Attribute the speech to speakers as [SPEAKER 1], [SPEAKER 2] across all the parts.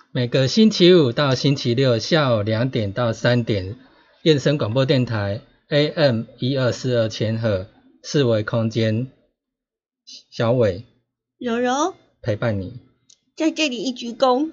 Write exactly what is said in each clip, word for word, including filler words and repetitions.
[SPEAKER 1] 每个星期五到星期六下午两点到三点，燕声广播电台 A M 一二四二千赫四维空间，小伟、
[SPEAKER 2] 柔柔
[SPEAKER 1] 陪伴你，
[SPEAKER 2] 在这里一鞠躬。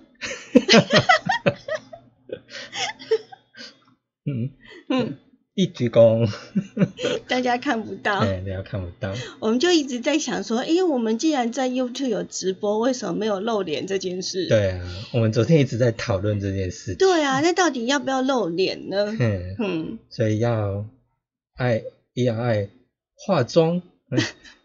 [SPEAKER 1] 嗯嗯，一鞠躬，
[SPEAKER 2] 大家看不到，
[SPEAKER 1] 对，大家看不到。
[SPEAKER 2] 我们就一直在想说，诶，我们既然在 YouTube 有直播，为什么没有露脸这件事？
[SPEAKER 1] 对啊，我们昨天一直在讨论这件事情。
[SPEAKER 2] 对啊，那到底要不要露脸呢？
[SPEAKER 1] 嗯
[SPEAKER 2] 嗯，
[SPEAKER 1] 所以要爱，也要爱化妆。嗯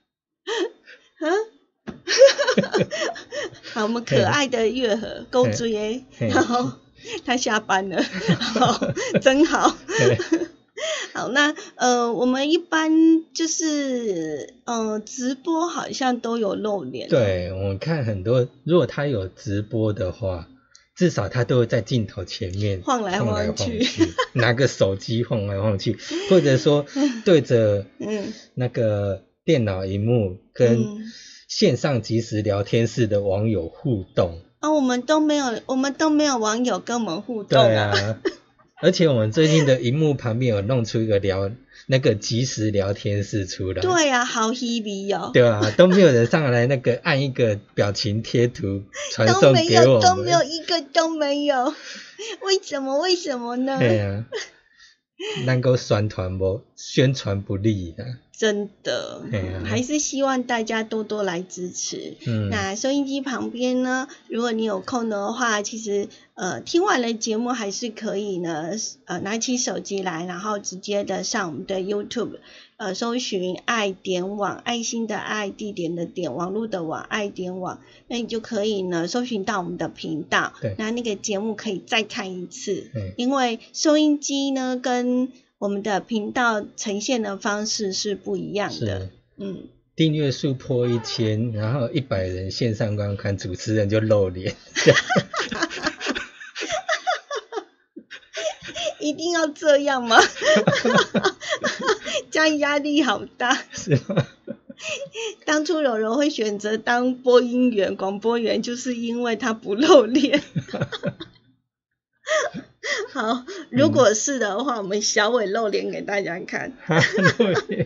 [SPEAKER 2] 好，我们可爱的月和勾追诶，然后他下班了，好，真好。好，那呃，我们一般就是呃直播好像都有露脸。
[SPEAKER 1] 对，我们看很多，如果他有直播的话，至少他都会在镜头前面
[SPEAKER 2] 晃来晃去，
[SPEAKER 1] 拿个手机晃来晃去，或者说对着那个电脑萤幕跟线上即时聊天室的网友互动。
[SPEAKER 2] 啊，我们都没有，我们都没有网友跟我们互动啊。
[SPEAKER 1] 对啊，而且我们最近的萤幕旁边有弄出一个聊那个即时聊天室出来。
[SPEAKER 2] 对啊，好稀微哦。
[SPEAKER 1] 对啊，都没有人上来那个按一个表情贴图传送给我们，
[SPEAKER 2] 都没有，都没有一个都没有。为什么？为什么呢？
[SPEAKER 1] 对啊，能够宣传不宣传不力的。
[SPEAKER 2] 真的、嗯，还是希望大家多多来支持。嗯，那收音机旁边呢，如果你有空的话，其实呃听完了节目还是可以呢，呃拿起手机来，然后直接的上我们的 YouTube， 呃搜寻爱点网，爱心的爱，地点的点，网络的网，爱点网，那你就可以呢搜寻到我们的频道。
[SPEAKER 1] 对，
[SPEAKER 2] 那那个节目可以再看一次。嗯，因为收音机呢跟我们的频道呈现的方式是不一样的，嗯，
[SPEAKER 1] 订阅数破一千，然后一百人线上观看，主持人就露脸，
[SPEAKER 2] 一定要这样吗？这样压力好大，
[SPEAKER 1] 是吗？
[SPEAKER 2] 当初柔柔会选择当播音员、广播员，就是因为他不露脸。好，如果是的话，嗯、我们小伟露脸给大家看。露脸。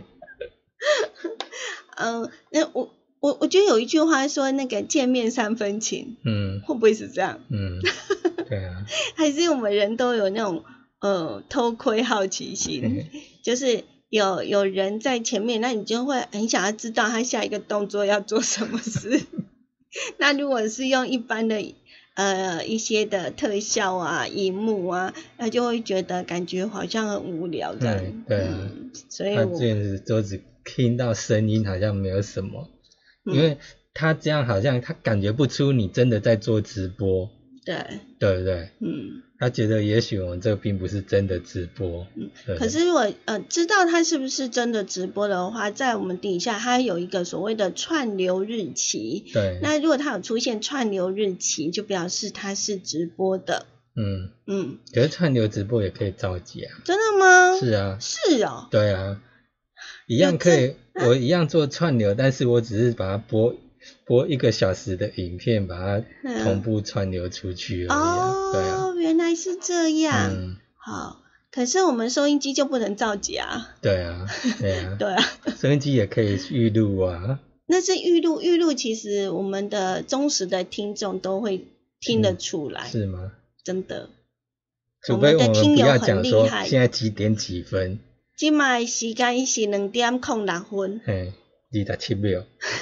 [SPEAKER 2] 嗯，那我我我觉得有一句话说，那个见面三分情，嗯，会不会是这样？
[SPEAKER 1] 嗯，对啊。
[SPEAKER 2] 还是我们人都有那种呃偷窥好奇心，就是有有人在前面，那你就会很想要知道他下一个动作要做什么事。那如果是用一般的。呃，一些的特效啊、荧幕啊，那就会觉得感觉好像很无聊这样。
[SPEAKER 1] 对啊，嗯、所以我他这样子都只听到声音，好像没有什么，嗯、因为他这样好像他感觉不出你真的在做直播。对，对不对？嗯。他觉得也许我们这个并不是真的直播。嗯。
[SPEAKER 2] 可是如果呃知道他是不是真的直播的话，在我们底下他有一个所谓的串流日期。
[SPEAKER 1] 对。
[SPEAKER 2] 那如果他有出现串流日期，就表示他是直播的。
[SPEAKER 1] 嗯嗯。可是串流直播也可以造假。
[SPEAKER 2] 真的吗？
[SPEAKER 1] 是啊。
[SPEAKER 2] 是哦。
[SPEAKER 1] 对啊。一样可以，啊、我一样做串流，但是我只是把它播。播一个小时的影片，把它同步串流出去而已、啊。
[SPEAKER 2] 哦，
[SPEAKER 1] 对啊，
[SPEAKER 2] 原来是这样。嗯，好，可是我们收音机就不能造假。
[SPEAKER 1] 对啊，对啊，
[SPEAKER 2] 对啊，
[SPEAKER 1] 收音机也可以预录啊。
[SPEAKER 2] 那是预录，预录其实我们的忠实的听众都会听得出来。
[SPEAKER 1] 嗯、是吗？
[SPEAKER 2] 真的。
[SPEAKER 1] 除非我们不要讲说现在几点几分。
[SPEAKER 2] 现在时间是两点零六分。
[SPEAKER 1] 嘿，二十七秒。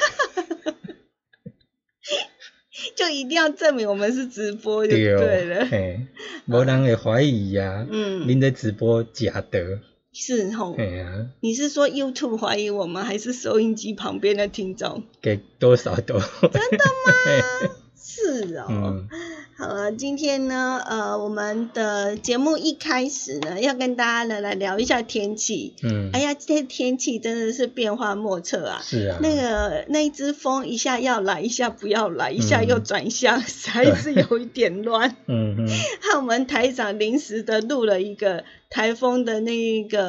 [SPEAKER 2] 就一定要证明我们是直播就对了，
[SPEAKER 1] 嘿，没人会怀疑呀，嗯，您的直播假的，
[SPEAKER 2] 是吼，
[SPEAKER 1] 对啊，
[SPEAKER 2] 你是说 YouTube 怀疑我们，还是收音机旁边的听众？
[SPEAKER 1] 给多少都，
[SPEAKER 2] 真的吗？是哦，嗯、好了，今天呢，呃，我们的节目一开始呢，要跟大家呢来聊一下天气。嗯，哎呀，这天气真的是变化莫测啊。
[SPEAKER 1] 是啊。
[SPEAKER 2] 那个那一只风一下要来，一下不要来，一下又转向，实在是有一点乱。嗯嗯。害我们台长临时的录了一个台风的那个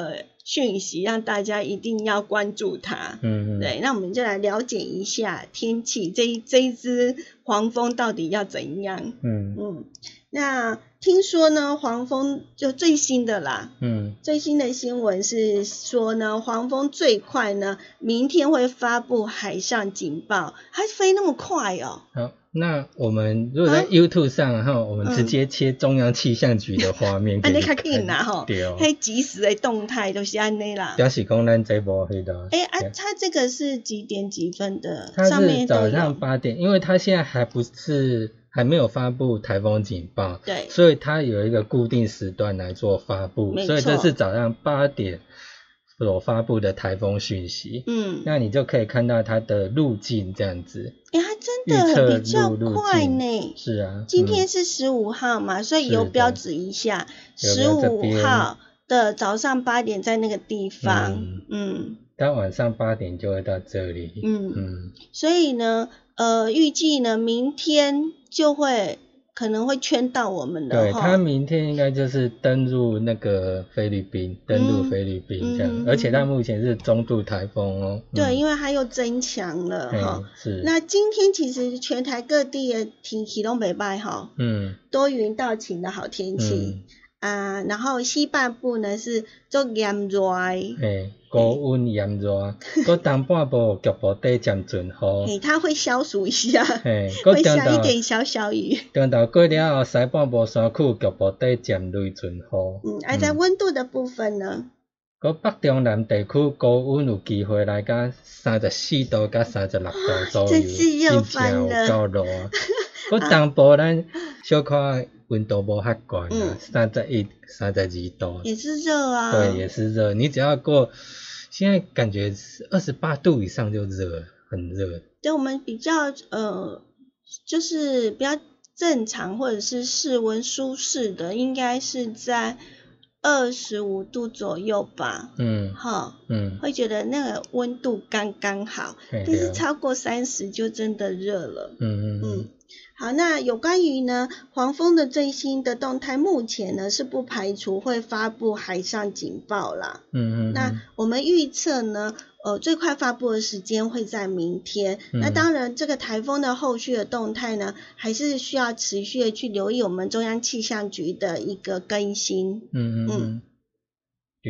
[SPEAKER 2] 讯息，让大家一定要关注它。嗯嗯。对，那我们就来了解一下天气，这一这一只黄蜂到底要怎样？嗯嗯。那听说呢，黄蜂就最新的啦，嗯，最新的新闻是说呢，黄蜂最快呢，明天会发布海上警报，它飞那么快哦。
[SPEAKER 1] 好，那我们如果在 YouTube 上哈、啊，我们直接切中央气象局的画面，
[SPEAKER 2] 安尼较紧啦吼，嘿，即时的动态都是安尼啦。
[SPEAKER 1] 表示讲咱这波迄个。
[SPEAKER 2] 哎啊，它这个是几点几分的？
[SPEAKER 1] 它是早上八点，因为它现在还不是。还没有发布台风警报，
[SPEAKER 2] 对，
[SPEAKER 1] 所以它有一个固定时段来做发布，所以这是早上八点所发布的台风讯息。嗯，那你就可以看到它的路径这样子。
[SPEAKER 2] 哎、欸，它真的比较快呢。
[SPEAKER 1] 是啊，
[SPEAKER 2] 今天是十五号嘛，嗯、所以有标指一下，十五号的早上八点在那个地方。嗯。嗯
[SPEAKER 1] 到晚上八点就会到这里。嗯
[SPEAKER 2] 嗯，所以呢，呃，预计呢，明天就会可能会圈到我们的。
[SPEAKER 1] 对，他明天应该就是登陆那个菲律宾，登陆菲律宾这样，嗯、而且它目前是中度台风哦。
[SPEAKER 2] 对，嗯、因为它又增强了哈。是。那今天其实全台各地的天气都袂歹哈。嗯。多云到晴的好天气。嗯啊，然后西半部呢是足炎热的，
[SPEAKER 1] 嘿，高温炎热，搁东半部局部地渐阵雨，
[SPEAKER 2] 嘿，它会消暑一下，嘿，会下一点小小雨。
[SPEAKER 1] 中昼过了后，西半部山区局部地渐雷阵雨。
[SPEAKER 2] 嗯，而在温度的部分呢？
[SPEAKER 1] 搁北中南地区高温有机会来到三十四度到三十六度左右，
[SPEAKER 2] 真是热翻了。
[SPEAKER 1] 够热啊！搁东部咱小可温度无遐高啊，三十一、三十二度。
[SPEAKER 2] 也是热啊。
[SPEAKER 1] 对，也是热。你只要过，现在感觉二十八度以上就热，很热。
[SPEAKER 2] 对，我们比较呃，就是比较正常或者是室温舒适的，应该是在二十五度左右吧。嗯。好。嗯。会觉得那个温度刚刚好，但是超过三十就真的热了。嗯嗯嗯。好，那有关于呢黄蜂的最新的动态，目前呢是不排除会发布海上警报啦。嗯嗯。那我们预测呢，呃，最快发布的时间会在明天。嗯、那当然，这个台风的后续的动态呢，还是需要持续的去留意我们中央气象局的一个更新。嗯嗯嗯。
[SPEAKER 1] 对。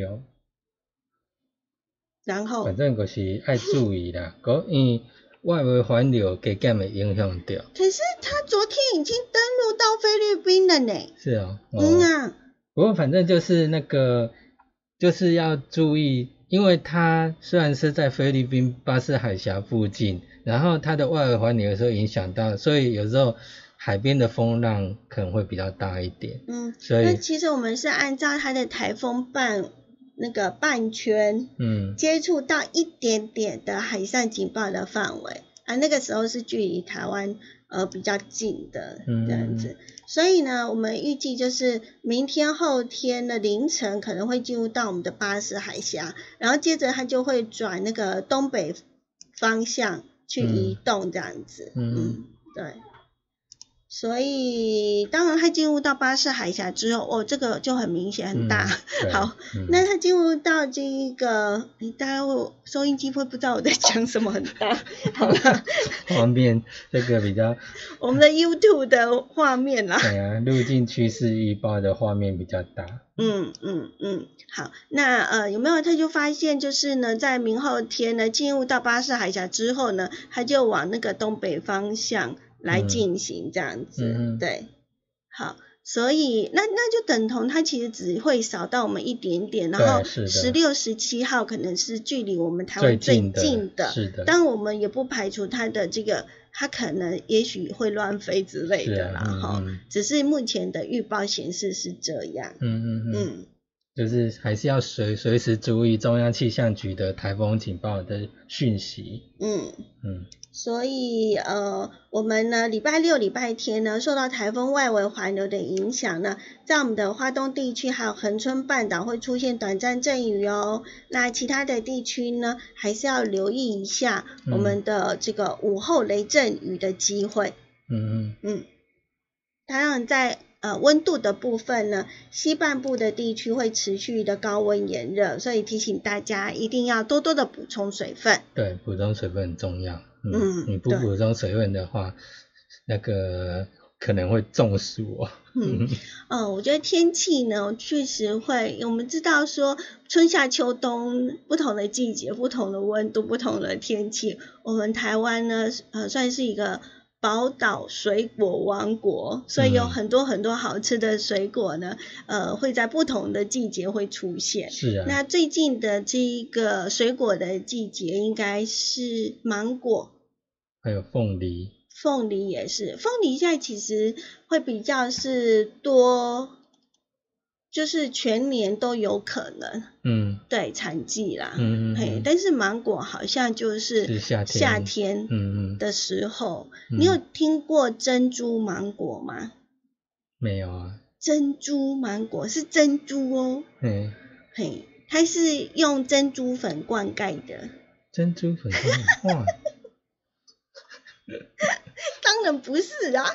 [SPEAKER 2] 然后。
[SPEAKER 1] 反正就是要注意啦，因为外围环流加减会影响到。
[SPEAKER 2] 可是他昨天已经登陆到菲律宾了呢。
[SPEAKER 1] 是啊、哦。
[SPEAKER 2] 嗯啊。
[SPEAKER 1] 不过反正就是那个，就是要注意，因为它虽然是在菲律宾巴士海峡附近，然后它的外围环流有时候影响到，所以有时候海边的风浪可能会比较大一点。嗯。所以。
[SPEAKER 2] 那其实我们是按照它的台风半那个半圈，嗯，接触到一点点的海上警报的范围啊，那个时候是距离台湾呃比较近的这样子，嗯、所以呢，我们预计就是明天后天的凌晨可能会进入到我们的巴士海峡，然后接着它就会转那个东北方向去移动这样子，嗯，嗯对。所以，当然它进入到巴士海峡之后，哦，这个就很明显很大。嗯、好，嗯、那它进入到这一个，你大家会收音机会不知道我在讲什么很大，好吧？
[SPEAKER 1] 画面这个比较，
[SPEAKER 2] 我们的 YouTube 的画面啦。
[SPEAKER 1] 对啊，路径趋势预报的画面比较大。
[SPEAKER 2] 嗯嗯嗯，好，那呃有没有他就发现就是呢，在明后天呢进入到巴士海峡之后呢，他就往那个东北方向来进行这样子，嗯、对，好，所以那那就等同它其实只会扫到我们一点点，然后十六、十七号可能是距离我们台湾最近的，
[SPEAKER 1] 是的，
[SPEAKER 2] 但我们也不排除它的这个。它可能也许会乱飞之类的啦，哈、嗯嗯，只是目前的预报显示是这样。嗯嗯嗯，嗯
[SPEAKER 1] 就是还是要随随时注意中央气象局的台风警报的讯息。嗯
[SPEAKER 2] 嗯，所以呃，我们呢礼拜六、礼拜天呢，受到台风外围环流的影响呢，在我们的花东地区还有恒春半岛会出现短暂阵雨哦。那其他的地区呢，还是要留意一下我们的这个午后雷阵雨的机会。嗯嗯嗯，当然在呃温度的部分呢，西半部的地区会持续的高温炎热，所以提醒大家一定要多多的补充水分。
[SPEAKER 1] 对，补充水分很重要。嗯，嗯你不补充水分的话，那个可能会中暑哦。
[SPEAKER 2] 嗯，哦，我觉得天气呢，确实会，我们知道说春夏秋冬不同的季节、不同的温度、不同的天气，我们台湾呢，呃，算是一个宝岛水果王国，所以有很多很多好吃的水果呢，嗯、呃，会在不同的季节会出现。
[SPEAKER 1] 是啊。
[SPEAKER 2] 那最近的这一个水果的季节应该是芒果，
[SPEAKER 1] 还有凤梨。
[SPEAKER 2] 凤梨也是，凤梨现在其实会比较是多，就是全年都有可能，嗯，对，产季啦，嗯嗯嘿，但是芒果好像就是夏天夏天嗯的时候，嗯、你有听过珍珠芒果吗？
[SPEAKER 1] 没有啊。
[SPEAKER 2] 珍珠芒果是珍珠哦，嗯，嘿，它是用珍珠粉灌溉的。
[SPEAKER 1] 珍珠粉灌哇。
[SPEAKER 2] 当然不是啊，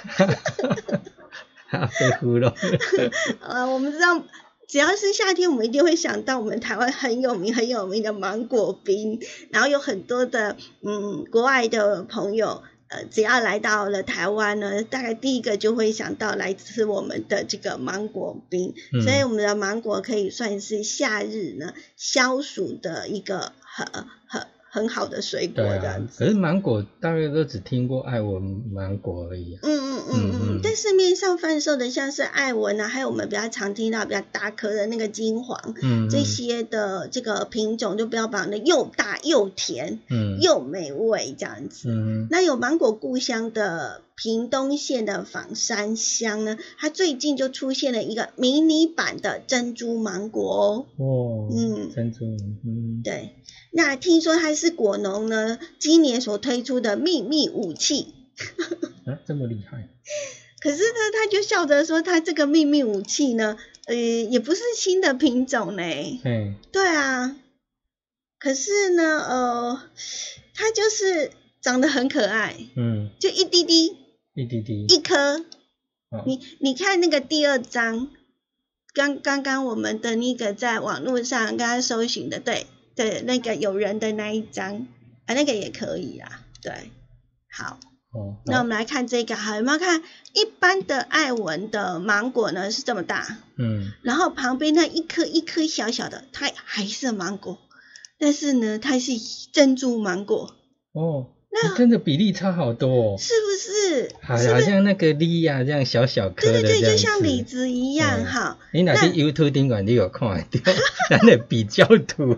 [SPEAKER 1] 被糊弄。
[SPEAKER 2] 呃，我们知道，只要是夏天，我们一定会想到我们台湾很有名、很有名的芒果冰，然后有很多的嗯国外的朋友，呃，只要来到了台湾呢，大概第一个就会想到来吃我们的这个芒果冰，嗯、所以我们的芒果可以算是夏日呢消暑的一个很很。很好的水果这样子。
[SPEAKER 1] 对啊，可是芒果大概都只听过爱文芒果而已、啊。
[SPEAKER 2] 嗯嗯嗯嗯，在市面上贩售的像是爱文啊，还有我们比较常听到比较大颗的那个金黄，嗯，这些的这个品种就标榜的又大又甜，嗯，又美味这样子。嗯，那有芒果故乡的屏东县的枋山乡呢，它最近就出现了一个迷你版的珍珠芒果哦。
[SPEAKER 1] 哦，嗯，珍珠，嗯，
[SPEAKER 2] 对。那听说它是果农呢今年所推出的秘密武器。
[SPEAKER 1] 啊，这么厉害。
[SPEAKER 2] 可是呢，他就笑着说，他这个秘密武器呢，呃，也不是新的品种呢。嗯。对啊。可是呢，呃，它就是长得很可爱。嗯。就一滴滴。
[SPEAKER 1] 一滴滴。
[SPEAKER 2] 一颗。哦、你你看那个第二张，刚刚刚我们的那个在网络上刚刚搜寻的，对。对，那个有人的那一张啊，那个也可以啦。对，好，哦、那我们来看这个，好，有没有看一般的爱文的芒果呢是这么大，嗯，然后旁边那一颗一颗小小的，它还是芒果，但是呢，它是珍珠芒果。
[SPEAKER 1] 哦，那真的比例差好多哦，
[SPEAKER 2] 是不是？
[SPEAKER 1] 好，好像那个梨啊，这样小小颗的，
[SPEAKER 2] 对对对，就像李子一样，哈、
[SPEAKER 1] 嗯。你哪去 YouTube 顶管你有看得到，咱的比较图。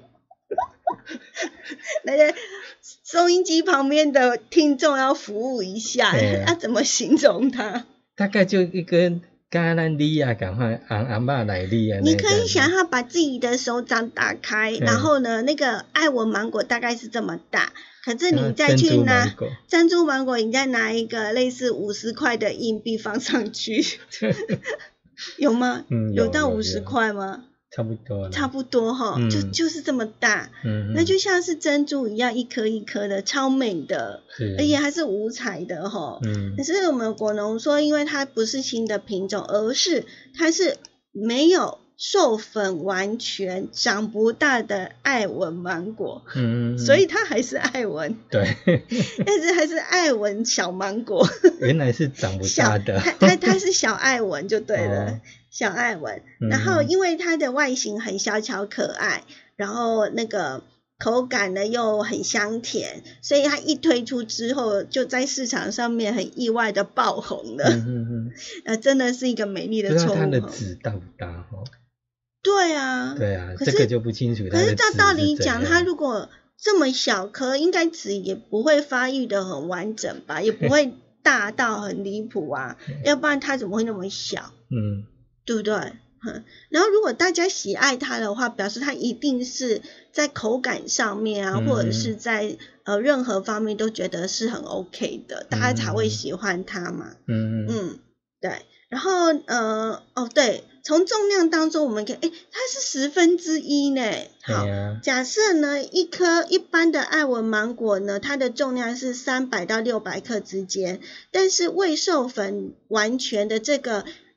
[SPEAKER 2] 那个收音机旁边的听众要服务一下，要、啊、怎么形容它？
[SPEAKER 1] 大概就一根橄榄梨啊，赶快红红肉奶梨啊。
[SPEAKER 2] 你可以想要把自己的手掌打开，然后呢，那个爱文芒果大概是这么大，可是你再去拿珍珠芒果，你再拿一个类似五十块的硬币放上去，有吗？嗯、有, 有到五十块吗？
[SPEAKER 1] 差不多，
[SPEAKER 2] 差不多哈、嗯，就就是这么大，嗯，那就像是珍珠一样，一颗一颗的，超美的，而且还是五彩的哈，嗯。可是我们果农说，因为它不是新的品种，而是它是没有授粉完全长不大的爱文芒果，嗯，所以它还是爱文，
[SPEAKER 1] 对，
[SPEAKER 2] 但是还是爱文小芒果，
[SPEAKER 1] 原来是长不大的，
[SPEAKER 2] 它它它是小爱文就对了。哦，小爱文，然后因为它的外形很小巧可爱，嗯、然后那个口感呢又很香甜，所以它一推出之后，就在市场上面很意外的爆红了。嗯嗯嗯呃，真的是一个美丽的错误。
[SPEAKER 1] 它的籽大不大哦？
[SPEAKER 2] 对啊。
[SPEAKER 1] 对啊，这个就不清楚。
[SPEAKER 2] 可是照道理讲，它如果这么小颗，应该籽也不会发育的很完整吧，也不会大到很离谱啊，要不然它怎么会那么小？嗯。对不对？嗯，然后如果大家喜爱它的话，表示它一定是在口感上面啊，嗯、或者是在呃任何方面都觉得是很 OK 的，大家才会喜欢它嘛。嗯嗯，对。然后呃哦对，从重量当中我们可以，哎，它是十分之一呢。好，啊、假设呢一颗一般的爱文芒果呢，它的重量是三百到六百克之间，但是未授粉完全的这个。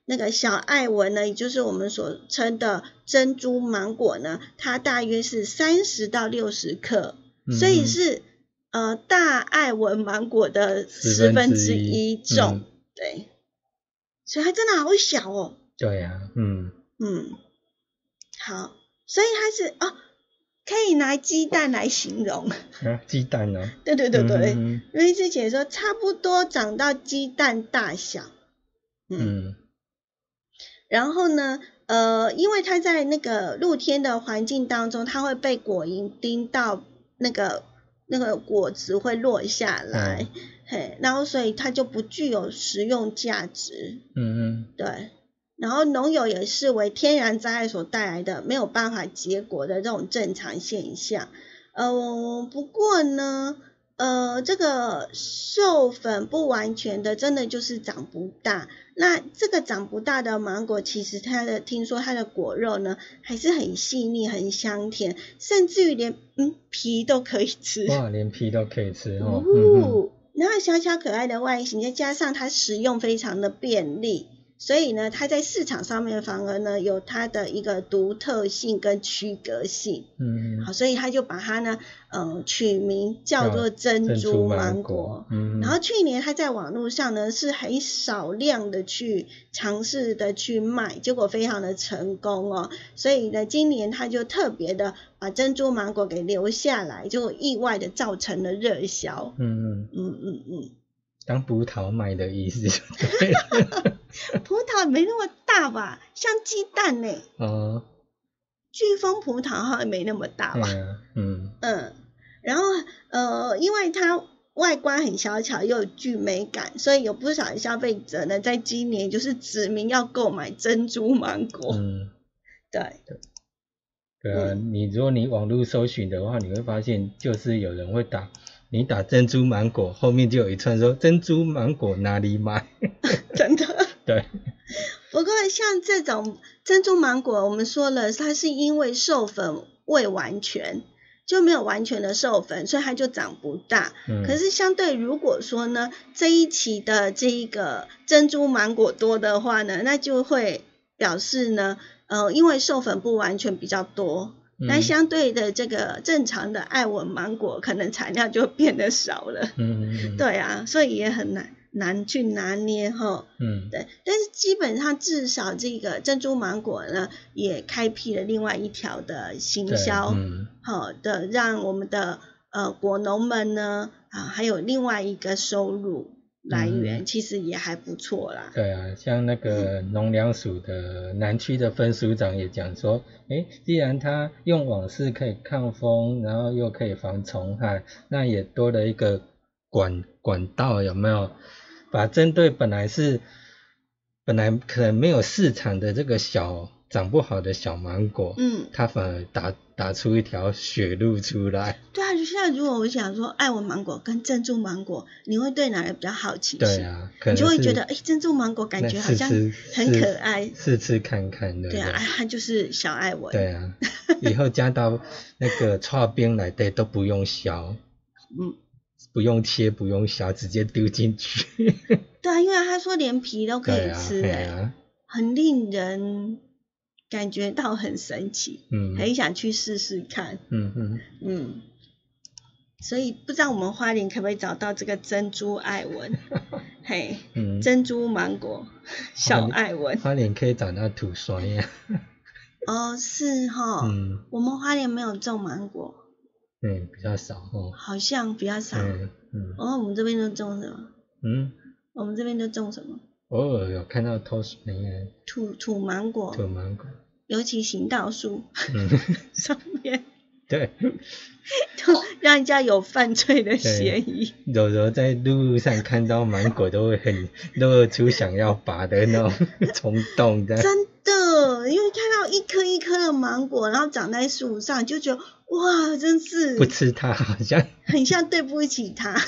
[SPEAKER 2] 那个小爱文呢，也就是我们所称的珍珠芒果呢，它大约是三十到六十克，嗯、所以是呃大爱文芒果的十分之一重，嗯、对，所以它真的好小哦。
[SPEAKER 1] 对呀、啊，嗯
[SPEAKER 2] 嗯，好，所以它是哦，可以拿鸡蛋来形容。
[SPEAKER 1] 啊，鸡蛋呢、啊？
[SPEAKER 2] 对对对对，因为之前说差不多长到鸡蛋大小，嗯。嗯然后呢，呃，因为它在那个露天的环境当中，它会被果蝇叮到，那个那个果子会落下来，嗯、嘿，然后所以它就不具有食用价值。嗯嗯，对。然后农友也视为天然灾害所带来的没有办法结果的这种正常现象。呃，不过呢，呃，这个授粉不完全的，真的就是长不大。那这个长不大的芒果，其实它的听说它的果肉呢，还是很细腻、很香甜，甚至于连嗯皮都可以吃。
[SPEAKER 1] 哇，连皮都可以吃哦。
[SPEAKER 2] 哦，然后小巧可爱的外形，再加上它食用非常的便利。所以呢，它在市场上面反而呢有它的一个独特性跟区隔性，嗯，好，所以他就把它呢，呃，取名叫做珍珠芒果，嗯，然后去年他在网络上呢是很少量的去尝试的去卖，结果非常的成功哦，所以呢，今年他就特别的把珍珠芒果给留下来，就意外的造成了热销，嗯嗯嗯嗯嗯。
[SPEAKER 1] 当葡萄卖的意思就对了。
[SPEAKER 2] 葡萄没那么大吧，像鸡蛋呢。哦。巨峰葡萄好像没那么大吧。嗯。嗯。然后呃，因为它外观很小巧又具美感，所以有不少消费者呢，在今年就是指明要购买珍珠芒果。嗯。对。
[SPEAKER 1] 对啊，嗯、你如果你网络搜寻的话，你会发现就是有人会打。你打珍珠芒果，后面就有一串说珍珠芒果哪里买？
[SPEAKER 2] 真的？
[SPEAKER 1] 对。
[SPEAKER 2] 不过像这种珍珠芒果，我们说了，它是因为授粉未完全，就没有完全的授粉，所以它就长不大。嗯、可是相对如果说呢，这一期的这一个珍珠芒果多的话呢，那就会表示呢，呃，因为授粉不完全比较多。那相对的，这个正常的爱文芒果可能产量就变得少了，嗯嗯嗯对啊，所以也很难难去拿捏哈，嗯，对，但是基本上至少这个珍珠芒果呢，也开辟了另外一条的行销，嗯，好的，让我们的呃果农们呢啊，还有另外一个收入来源，嗯、其实也还不错啦。
[SPEAKER 1] 对啊，像那个农粮署的南区的分署长也讲说，诶，既然它用网式可以抗风，然后又可以防虫害，那也多了一个管管道，有没有？把针对本来是本来可能没有市场的这个小长不好的小芒果，嗯，它反而打打出一条血路出来。
[SPEAKER 2] 对啊，就像如果我想说爱文芒果跟珍珠芒果，你会对哪个比较好奇？
[SPEAKER 1] 对啊，可能
[SPEAKER 2] 你就会觉得，哎，珍珠芒果感觉好像很可爱，
[SPEAKER 1] 试吃看看，对不对？
[SPEAKER 2] 对啊，它就是小爱文。
[SPEAKER 1] 对啊，以后加到那个刨冰来的都不用削，嗯，不用切，不用削，直接丢进去。
[SPEAKER 2] 对啊，因为他说连皮都可以吃，哎、啊啊，很令人感觉到很神奇，嗯，很想去试试看，嗯嗯嗯，所以不知道我们花莲可不可以找到这个珍珠爱文，嘿，嗯，珍珠芒果小爱文，
[SPEAKER 1] 花莲可以找到土酸呀，
[SPEAKER 2] 哦，是哈，嗯，我们花莲没有种芒果，
[SPEAKER 1] 嗯，比较少哦，
[SPEAKER 2] 好像比较少，嗯嗯，哦，我们这边都种什么？嗯，我们这边都种什么？
[SPEAKER 1] 偶尔有看到偷那个
[SPEAKER 2] 土土芒果，
[SPEAKER 1] 土芒果，
[SPEAKER 2] 尤其行道树，嗯，上面，
[SPEAKER 1] 对，
[SPEAKER 2] 都让人家有犯罪的嫌疑。
[SPEAKER 1] 柔柔在路上看到芒果都会很露出想要拔的那种冲动的。
[SPEAKER 2] 真的，因为看到一颗一颗的芒果，然后长在树上，就觉得哇，真是
[SPEAKER 1] 不吃它好像
[SPEAKER 2] 很像对不起它。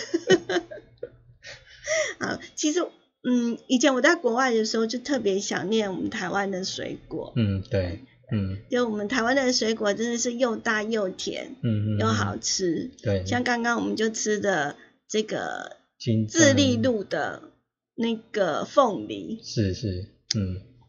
[SPEAKER 2] 好，其实，嗯，以前我在国外的时候，就特别想念我们台湾的水果。
[SPEAKER 1] 嗯，对，嗯，
[SPEAKER 2] 就我们台湾的水果真的是又大又甜，嗯嗯，又好吃。
[SPEAKER 1] 对，
[SPEAKER 2] 像刚刚我们就吃的这个智利路的那个凤梨，
[SPEAKER 1] 是是，嗯，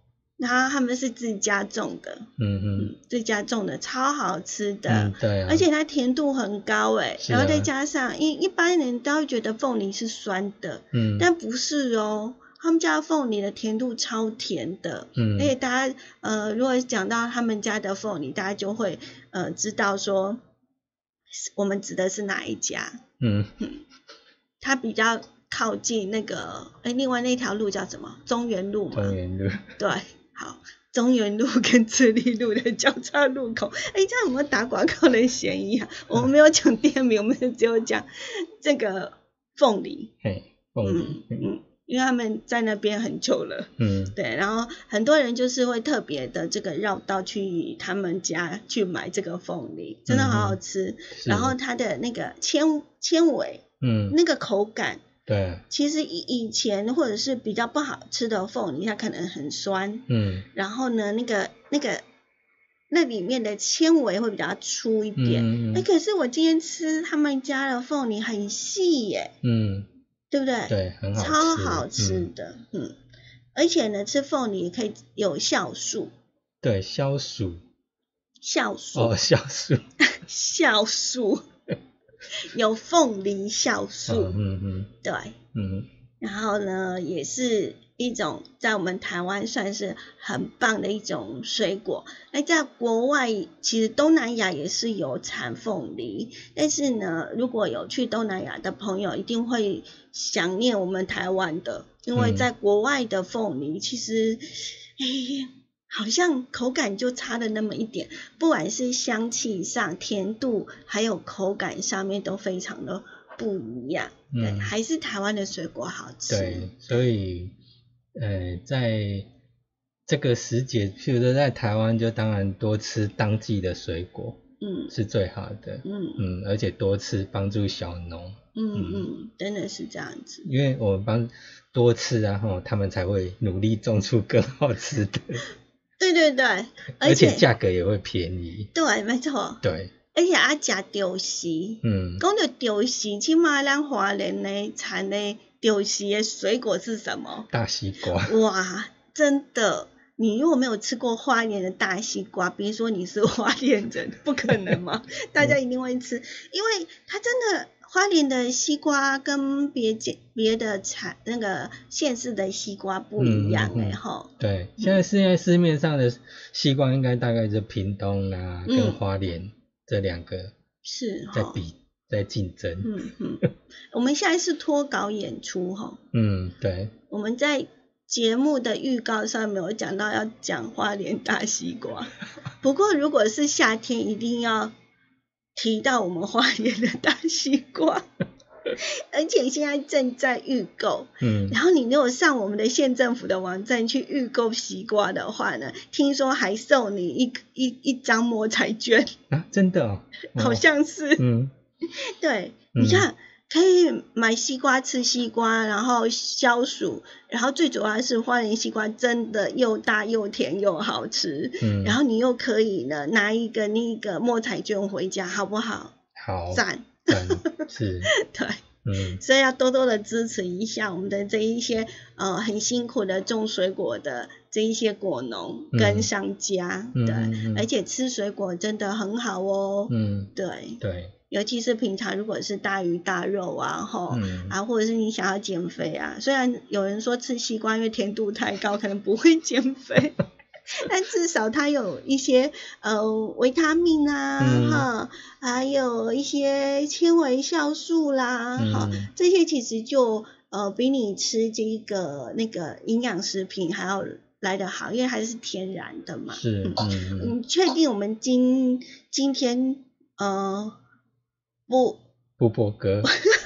[SPEAKER 2] 然后他们是自家种的，嗯嗯，自家种的超好吃的，
[SPEAKER 1] 嗯对啊，
[SPEAKER 2] 而且它甜度很高哎、啊，然后再加上一一般人都会觉得凤梨是酸的，嗯，但不是哦，他们家凤梨的甜度超甜的，嗯，而且大家呃如果讲到他们家的凤梨，大家就会呃知道说我们指的是哪一家，嗯嗯，它比较靠近那个哎，另外那条路叫什么？中原路嘛，
[SPEAKER 1] 中原路，
[SPEAKER 2] 对。好，中原路跟自立路的交叉路口，哎，这样有没有打广告的嫌疑啊？我们没有讲店名，我们只有讲这个凤梨。
[SPEAKER 1] 嘿，凤梨，
[SPEAKER 2] 嗯嗯，因为他们在那边很久了，嗯，对，然后很多人就是会特别的这个绕道去他们家去买这个凤梨，真的好好吃，嗯、然后它的那个纤纤维，嗯，那个口感。
[SPEAKER 1] 对，
[SPEAKER 2] 其实以以前或者是比较不好吃的凤梨，它可能很酸，嗯，然后呢，那个那个那里面的纤维会比较粗一点，嗯，哎，可是我今天吃他们家的凤梨很细耶，嗯，对不对？
[SPEAKER 1] 对，很好吃，
[SPEAKER 2] 超好吃的，嗯，嗯而且呢，吃凤梨可以有酵素，
[SPEAKER 1] 对，消暑，
[SPEAKER 2] 酵素，
[SPEAKER 1] 哦，酵素，
[SPEAKER 2] 酵素。有凤梨酵素，哦、嗯嗯，对，嗯，然后呢，也是一种在我们台湾算是很棒的一种水果。那在国外，其实东南亚也是有产凤梨，但是呢，如果有去东南亚的朋友，一定会想念我们台湾的，因为在国外的凤梨其实，哎、嗯。好像口感就差了那么一点，不管是香气上、甜度，还有口感上面都非常的不一样。嗯，对，还是台湾的水果好吃。
[SPEAKER 1] 对，所以呃，在这个时节，譬如说在台湾，就当然多吃当季的水果，嗯，是最好的。嗯嗯，而且多吃帮助小农。
[SPEAKER 2] 嗯嗯, 嗯，真的是这样子。
[SPEAKER 1] 因为我们帮多吃啊，然后他们才会努力种出更好吃的。
[SPEAKER 2] 对对对，而 且,
[SPEAKER 1] 而且价格也会便宜。
[SPEAKER 2] 对，没错。
[SPEAKER 1] 对，
[SPEAKER 2] 而且啊，吃稻时，嗯，讲到稻时，起码咱华人呢产的稻时的水果是什么？
[SPEAKER 1] 大西瓜。
[SPEAKER 2] 哇，真的，你如果没有吃过花莲的大西瓜，别说你是花莲人，不可能嘛，大家一定会吃，因为它真的。花莲的西瓜跟别别的产那个县市的西瓜不一样哎吼、
[SPEAKER 1] 嗯嗯。对，现在现在市面上的西瓜应该大概是屏东啊、嗯、跟花莲这两个
[SPEAKER 2] 是
[SPEAKER 1] 在比在竞争。
[SPEAKER 2] 嗯嗯，我们现在是脱稿演出哈。
[SPEAKER 1] 嗯，对。
[SPEAKER 2] 我们在节目的预告上面有讲到要讲花莲大西瓜，不过如果是夏天一定要。提到我们花莲的大西瓜，而且现在正在预购，嗯，然后你如果上我们的县政府的网站去预购西瓜的话呢，听说还送你一一一张摸彩券
[SPEAKER 1] 啊，真的哦，
[SPEAKER 2] 好像是，嗯，对，你看。嗯可以买西瓜吃西瓜，然后消暑，然后最主要是花莲西瓜真的又大又甜又好吃，嗯，然后你又可以呢拿一个那个摸彩券回家，好不好？
[SPEAKER 1] 好，
[SPEAKER 2] 赞，
[SPEAKER 1] 是，
[SPEAKER 2] 对，
[SPEAKER 1] 嗯，
[SPEAKER 2] 所以要多多的支持一下我们的这一些呃很辛苦的种水果的这一些果农跟商家，嗯、对、嗯，而且吃水果真的很好哦，嗯，对，
[SPEAKER 1] 对。
[SPEAKER 2] 尤其是平常如果是大鱼大肉啊，吼、嗯，啊，或者是你想要减肥啊，虽然有人说吃西瓜因为甜度太高，可能不会减肥，但至少它有一些呃维他命啊，哈、嗯，还有一些纤维酵素啦，哈、嗯，这些其实就呃比你吃这个那个营养食品还要来得好，因为还是天然的嘛。
[SPEAKER 1] 是，嗯，
[SPEAKER 2] 你确定我们今今天呃。不
[SPEAKER 1] 不播歌，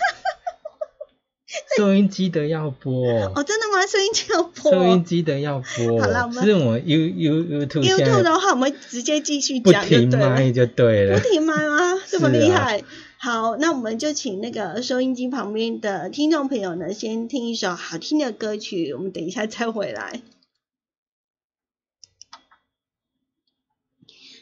[SPEAKER 1] 收音机的要播。
[SPEAKER 2] 哦，真的吗？收音机要播。
[SPEAKER 1] 收音机的要播。
[SPEAKER 2] 好了，我们
[SPEAKER 1] 是我 U U YouTube
[SPEAKER 2] YouTube 的话，我们直接继续讲就对了。
[SPEAKER 1] 不停麦就对了。
[SPEAKER 2] 不停麦吗？这么厉害？啊、好，那我们就请那个收音机旁边的听众朋友呢，先听一首好听的歌曲，我们等一下再回来。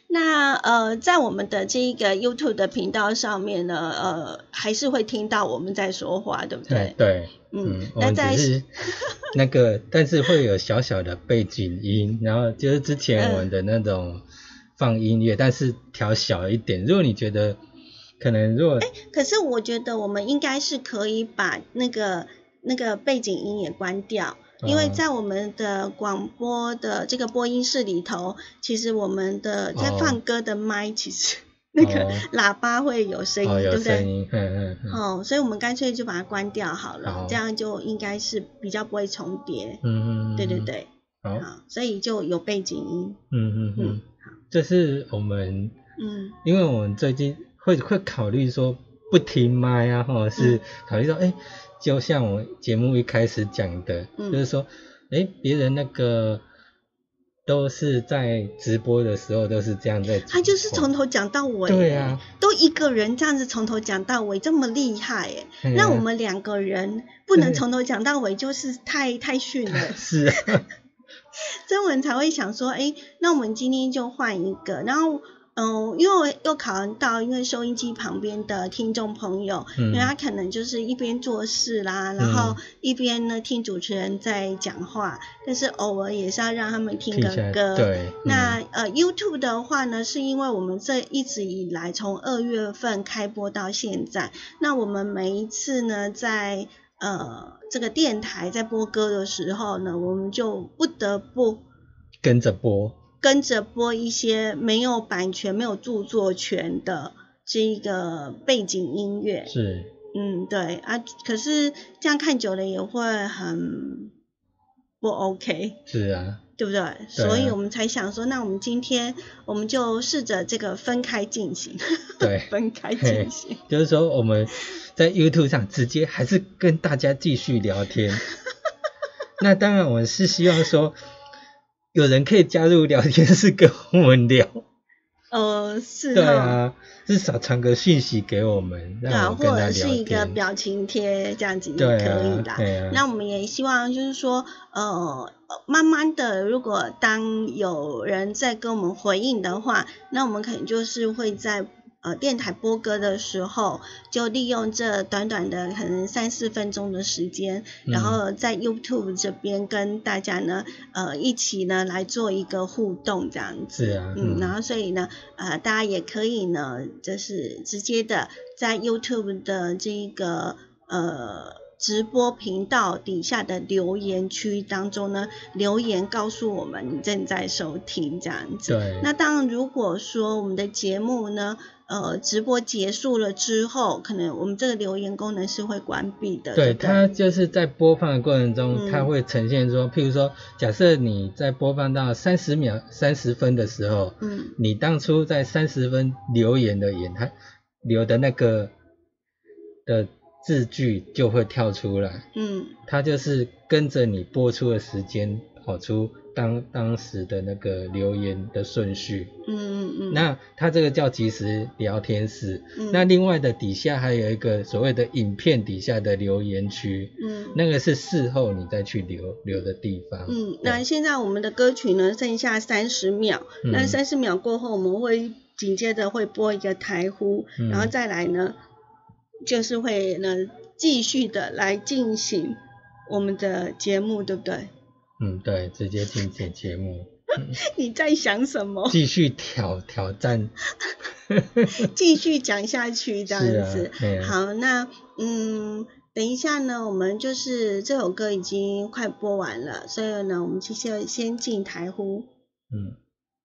[SPEAKER 2] 那呃，在我们的这一个 YouTube 的频道上面呢，呃，还是会听到我们在说话，对不对？
[SPEAKER 1] 对，嗯，嗯那在是那个，但是会有小小的背景音，然后就是之前我们的那种放音乐，嗯、但是调小一点。如果你觉得可能如果，
[SPEAKER 2] 哎，可是我觉得我们应该是可以把那个那个背景音也关掉。因为在我们的广播的这个播音室里头，其实我们的在放歌的麦，其实那个喇叭会有声音，
[SPEAKER 1] 哦、
[SPEAKER 2] 对不对？
[SPEAKER 1] 嗯嗯嗯。
[SPEAKER 2] 哦，所以我们干脆就把它关掉好了，好这样就应该是比较不会重叠。
[SPEAKER 1] 嗯嗯。
[SPEAKER 2] 对对对。
[SPEAKER 1] 好，
[SPEAKER 2] 好所以就有背景音。
[SPEAKER 1] 嗯嗯嗯。好，这是我们，嗯，因为我们最近会会考虑说不停麦啊，或者是考虑说，哎、嗯。就像我节目一开始讲的，嗯、就是说，哎，别人那个都是在直播的时候都是这样在，
[SPEAKER 2] 他就是从头讲到尾，
[SPEAKER 1] 对啊，
[SPEAKER 2] 都一个人这样子从头讲到尾，这么厉害哎，那、啊、我们两个人不能从头讲到尾，就是太太逊了，
[SPEAKER 1] 是、啊，
[SPEAKER 2] 所以我们才会想说，哎，那我们今天就换一个，然后。嗯，因为我又考虑到，因为收音机旁边的听众朋友，嗯、因为他可能就是一边做事啦，嗯、然后一边呢听主持人在讲话，但是偶尔也是要让他们听个歌。
[SPEAKER 1] 对。
[SPEAKER 2] 那、嗯、呃 YouTube 的话呢，是因为我们这一直以来从二月份开播到现在，那我们每一次呢在呃这个电台在播歌的时候呢，我们就不得不
[SPEAKER 1] 跟着播。
[SPEAKER 2] 跟着播一些没有版权、没有著作权的这个背景音乐。
[SPEAKER 1] 是。
[SPEAKER 2] 嗯，对啊，可是这样看久了也会很不 OK。
[SPEAKER 1] 是啊。
[SPEAKER 2] 对不对？对啊、所以我们才想说，那我们今天我们就试着这个分开进行。
[SPEAKER 1] 对。
[SPEAKER 2] 分开进行。
[SPEAKER 1] 就是说我们在 YouTube 上直接还是跟大家继续聊天。那当然我们是希望说。有人可以加入聊天室跟我们聊，
[SPEAKER 2] 呃，是，
[SPEAKER 1] 对啊，至少传个讯息给我们，让我跟他聊天，
[SPEAKER 2] 或者是一个表情贴这样子也可以的。
[SPEAKER 1] 对啊，
[SPEAKER 2] 那我们也希望就是说，呃，慢慢的，如果当有人在跟我们回应的话，那我们可能就是会在。呃，电台播歌的时候，就利用这短短的可能三四分钟的时间，嗯、然后在 YouTube 这边跟大家呢，呃，一起呢来做一个互动这样子。
[SPEAKER 1] 是啊。
[SPEAKER 2] 嗯，嗯然后所以呢，呃，大家也可以呢，就是直接的在 YouTube 的这个呃。直播频道底下的留言区当中呢，留言告诉我们你正在收听这样子。
[SPEAKER 1] 对。
[SPEAKER 2] 那当然，如果说我们的节目呢，呃，直播结束了之后，可能我们这个留言功能是会关闭的。
[SPEAKER 1] 对，
[SPEAKER 2] 对对
[SPEAKER 1] 它就是在播放的过程中，嗯、它会呈现说，譬如说，假设你在播放到三十秒、三十分的时候，嗯，你当初在三十分留言的言，它留的那个的。字句就会跳出来，嗯，它就是跟着你播出的时间跑出当当时的那个留言的顺序，嗯嗯嗯，那它这个叫即时聊天室，嗯，那另外的底下还有一个所谓的影片底下的留言区，嗯，那个是事后你再去留留的地方，
[SPEAKER 2] 嗯，那现在我们的歌曲呢剩下三十秒，嗯、那三十秒过后我们会紧接着会播一个台呼，嗯、然后再来呢。就是会呢继续的来进行我们的节目，对不对？
[SPEAKER 1] 嗯，对，直接进行节目。嗯、
[SPEAKER 2] 你在想什么？
[SPEAKER 1] 继续挑挑战，
[SPEAKER 2] 继续讲下去这样子。
[SPEAKER 1] 啊啊、
[SPEAKER 2] 好，那嗯，等一下呢，我们就是这首歌已经快播完了，所以呢，我们其实先进台呼。嗯。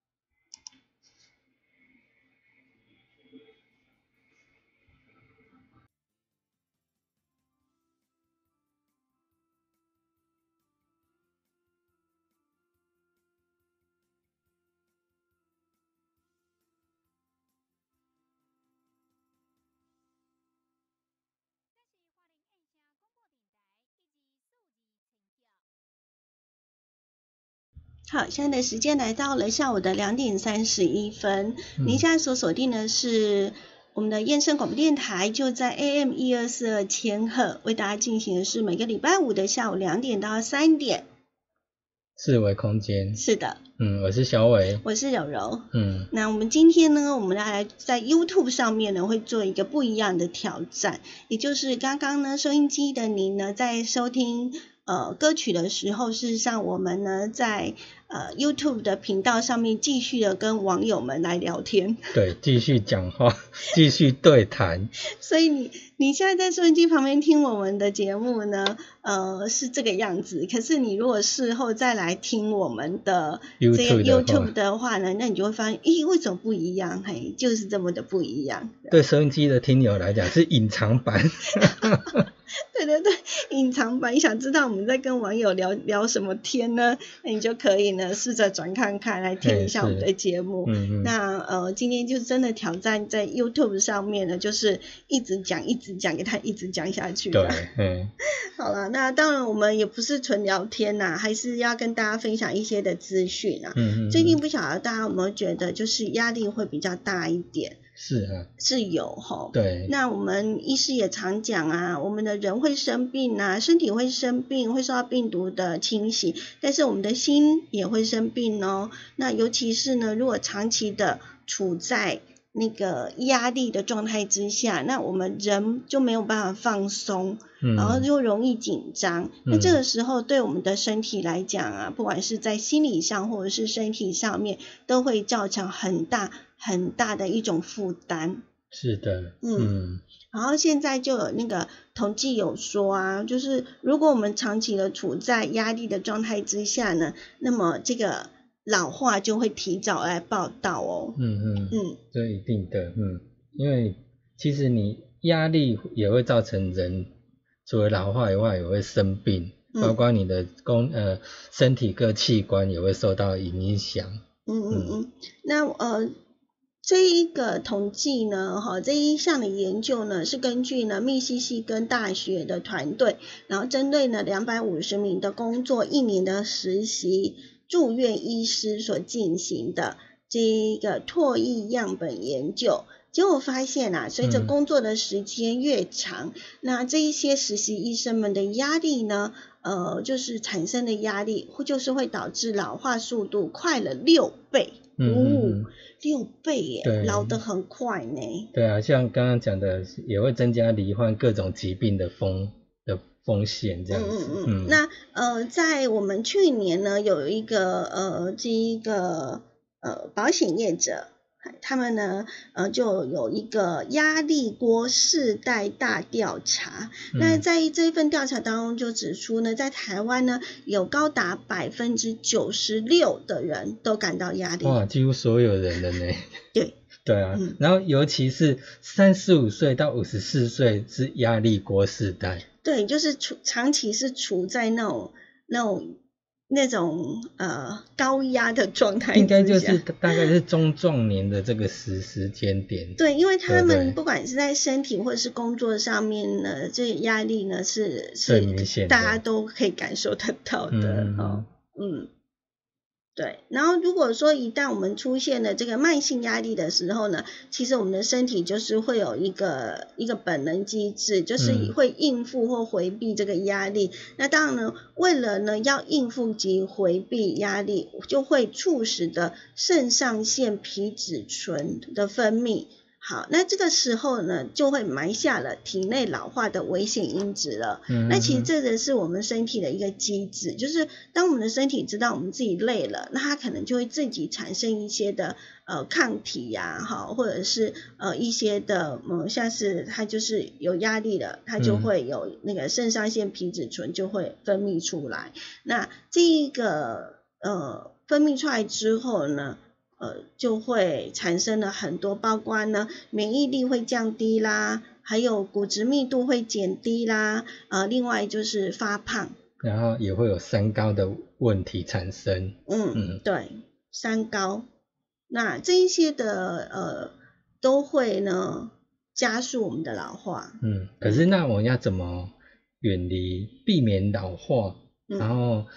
[SPEAKER 2] 好，现在的时间来到了下午的两点三十一分。嗯、您现在所锁定的是我们的燕声广播电台，就在 A M 一二四二千赫，为大家进行的是每个礼拜五的下午两点到三点
[SPEAKER 1] 四维空间。
[SPEAKER 2] 是的。
[SPEAKER 1] 嗯，我是小伟，
[SPEAKER 2] 我是柔柔。
[SPEAKER 1] 嗯，
[SPEAKER 2] 那我们今天呢，我们来在 YouTube 上面呢，会做一个不一样的挑战，也就是刚刚呢，收音机的您呢，在收听呃歌曲的时候，事实上我们呢，在呃 YouTube 的频道上面继续的跟网友们来聊天。
[SPEAKER 1] 对，继续讲话，继续对谈。
[SPEAKER 2] 所以你你现在在收音机旁边听我们的节目呢，呃，是这个样子。可是你如果事后再来听我们的这个 YouTube 的话呢，那你就会发现，咦，为什么不一样？嘿，就是这么的不一样。
[SPEAKER 1] 对收音机的听友来讲是隐藏版。
[SPEAKER 2] 对对对，隐藏版。你想知道我们在跟网友聊聊什么天呢？那你就可以呢试着转看看，来听一下我们的节目。嗯嗯那呃，今天就真的挑战在 YouTube 上面呢，就是一直讲一直讲，给他一直讲下去。
[SPEAKER 1] 对，嗯。
[SPEAKER 2] 好了，那当然我们也不是纯聊天呐，还是要跟大家分享一些的资讯啊。嗯嗯。最近不晓得大家有没有觉得，就是压力会比较大一点？
[SPEAKER 1] 是啊，
[SPEAKER 2] 是有齁。
[SPEAKER 1] 对。
[SPEAKER 2] 那我们医师也常讲啊，我们的人会生病啊，身体会生病，会受到病毒的侵袭，但是我们的心也会生病哦。那尤其是呢，如果长期的处在那个压力的状态之下，那我们人就没有办法放松，嗯、然后就容易紧张。嗯、那这个时候对我们的身体来讲啊，不管是在心理上或者是身体上面，都会造成很大很大的一种负担。
[SPEAKER 1] 是的，嗯。
[SPEAKER 2] 嗯然后现在就有那个统计有说啊，就是如果我们长期的处在压力的状态之下呢，那么这个老化就会提早来报道哦。
[SPEAKER 1] 嗯嗯嗯，这一定的，嗯，因为其实你压力也会造成人除了老化以外，也会生病，嗯、包括你的功呃身体各器官也会受到影响。
[SPEAKER 2] 嗯嗯嗯，那呃。这一个统计呢，哈，这一项的研究呢，是根据呢密西西根大学的团队，然后针对呢两百五十名的工作一年的实习住院医师所进行的这一个唾液样本研究。结果发现啊，随着工作的时间越长，嗯、那这一些实习医生们的压力呢，呃，就是产生的压力，就是会导致老化速度快了六倍。
[SPEAKER 1] 嗯嗯
[SPEAKER 2] 哦，六倍耶，老得很快呢。
[SPEAKER 1] 对啊，像刚刚讲的，也会增加罹患各种疾病的风的风险这样子。嗯嗯嗯。
[SPEAKER 2] 那呃，在我们去年呢，有一个呃，这一个呃保险业者。他们呢，呃，就有一个压力锅世代大调查。嗯、那在这份调查当中，就指出呢，在台湾呢，有高达百分之九十六的人都感到压力。
[SPEAKER 1] 哇，几乎所有人了呢。
[SPEAKER 2] 对。
[SPEAKER 1] 对啊，嗯、然后尤其是三十五岁到五十四岁是压力锅世代。
[SPEAKER 2] 对，就是处长期是处在那种那种。那种呃高压的状态之下，
[SPEAKER 1] 应该就是大概是中壮年的这个时时间点。
[SPEAKER 2] 对，因为他们不管是在身体或者是工作上面呢，这压力呢是是
[SPEAKER 1] 明显的，
[SPEAKER 2] 大家都可以感受得到的。嗯哦，嗯。对，然后如果说一旦我们出现了这个慢性压力的时候呢，其实我们的身体就是会有一个一个本能机制，就是会应付或回避这个压力。嗯、那当然呢，为了呢要应付及回避压力，就会促使的肾上腺皮质醇的分泌。好，那这个时候呢，就会埋下了体内老化的危险因子了。嗯、那其实这个是我们身体的一个机制，就是当我们的身体知道我们自己累了，那它可能就会自己产生一些的呃抗体呀、啊，哈，或者是呃一些的嗯，像是它就是有压力了，它就会有那个肾上腺皮质醇就会分泌出来。那这一个呃分泌出来之后呢？呃，就会产生了很多，包括呢，免疫力会降低啦，还有骨质密度会减低啦，呃，另外就是发胖，
[SPEAKER 1] 然后也会有三高的问题产生。
[SPEAKER 2] 嗯，嗯对，三高，那这一些的呃，都会呢加速我们的老化。
[SPEAKER 1] 嗯，可是那我们要怎么远离、避免老化？嗯、然后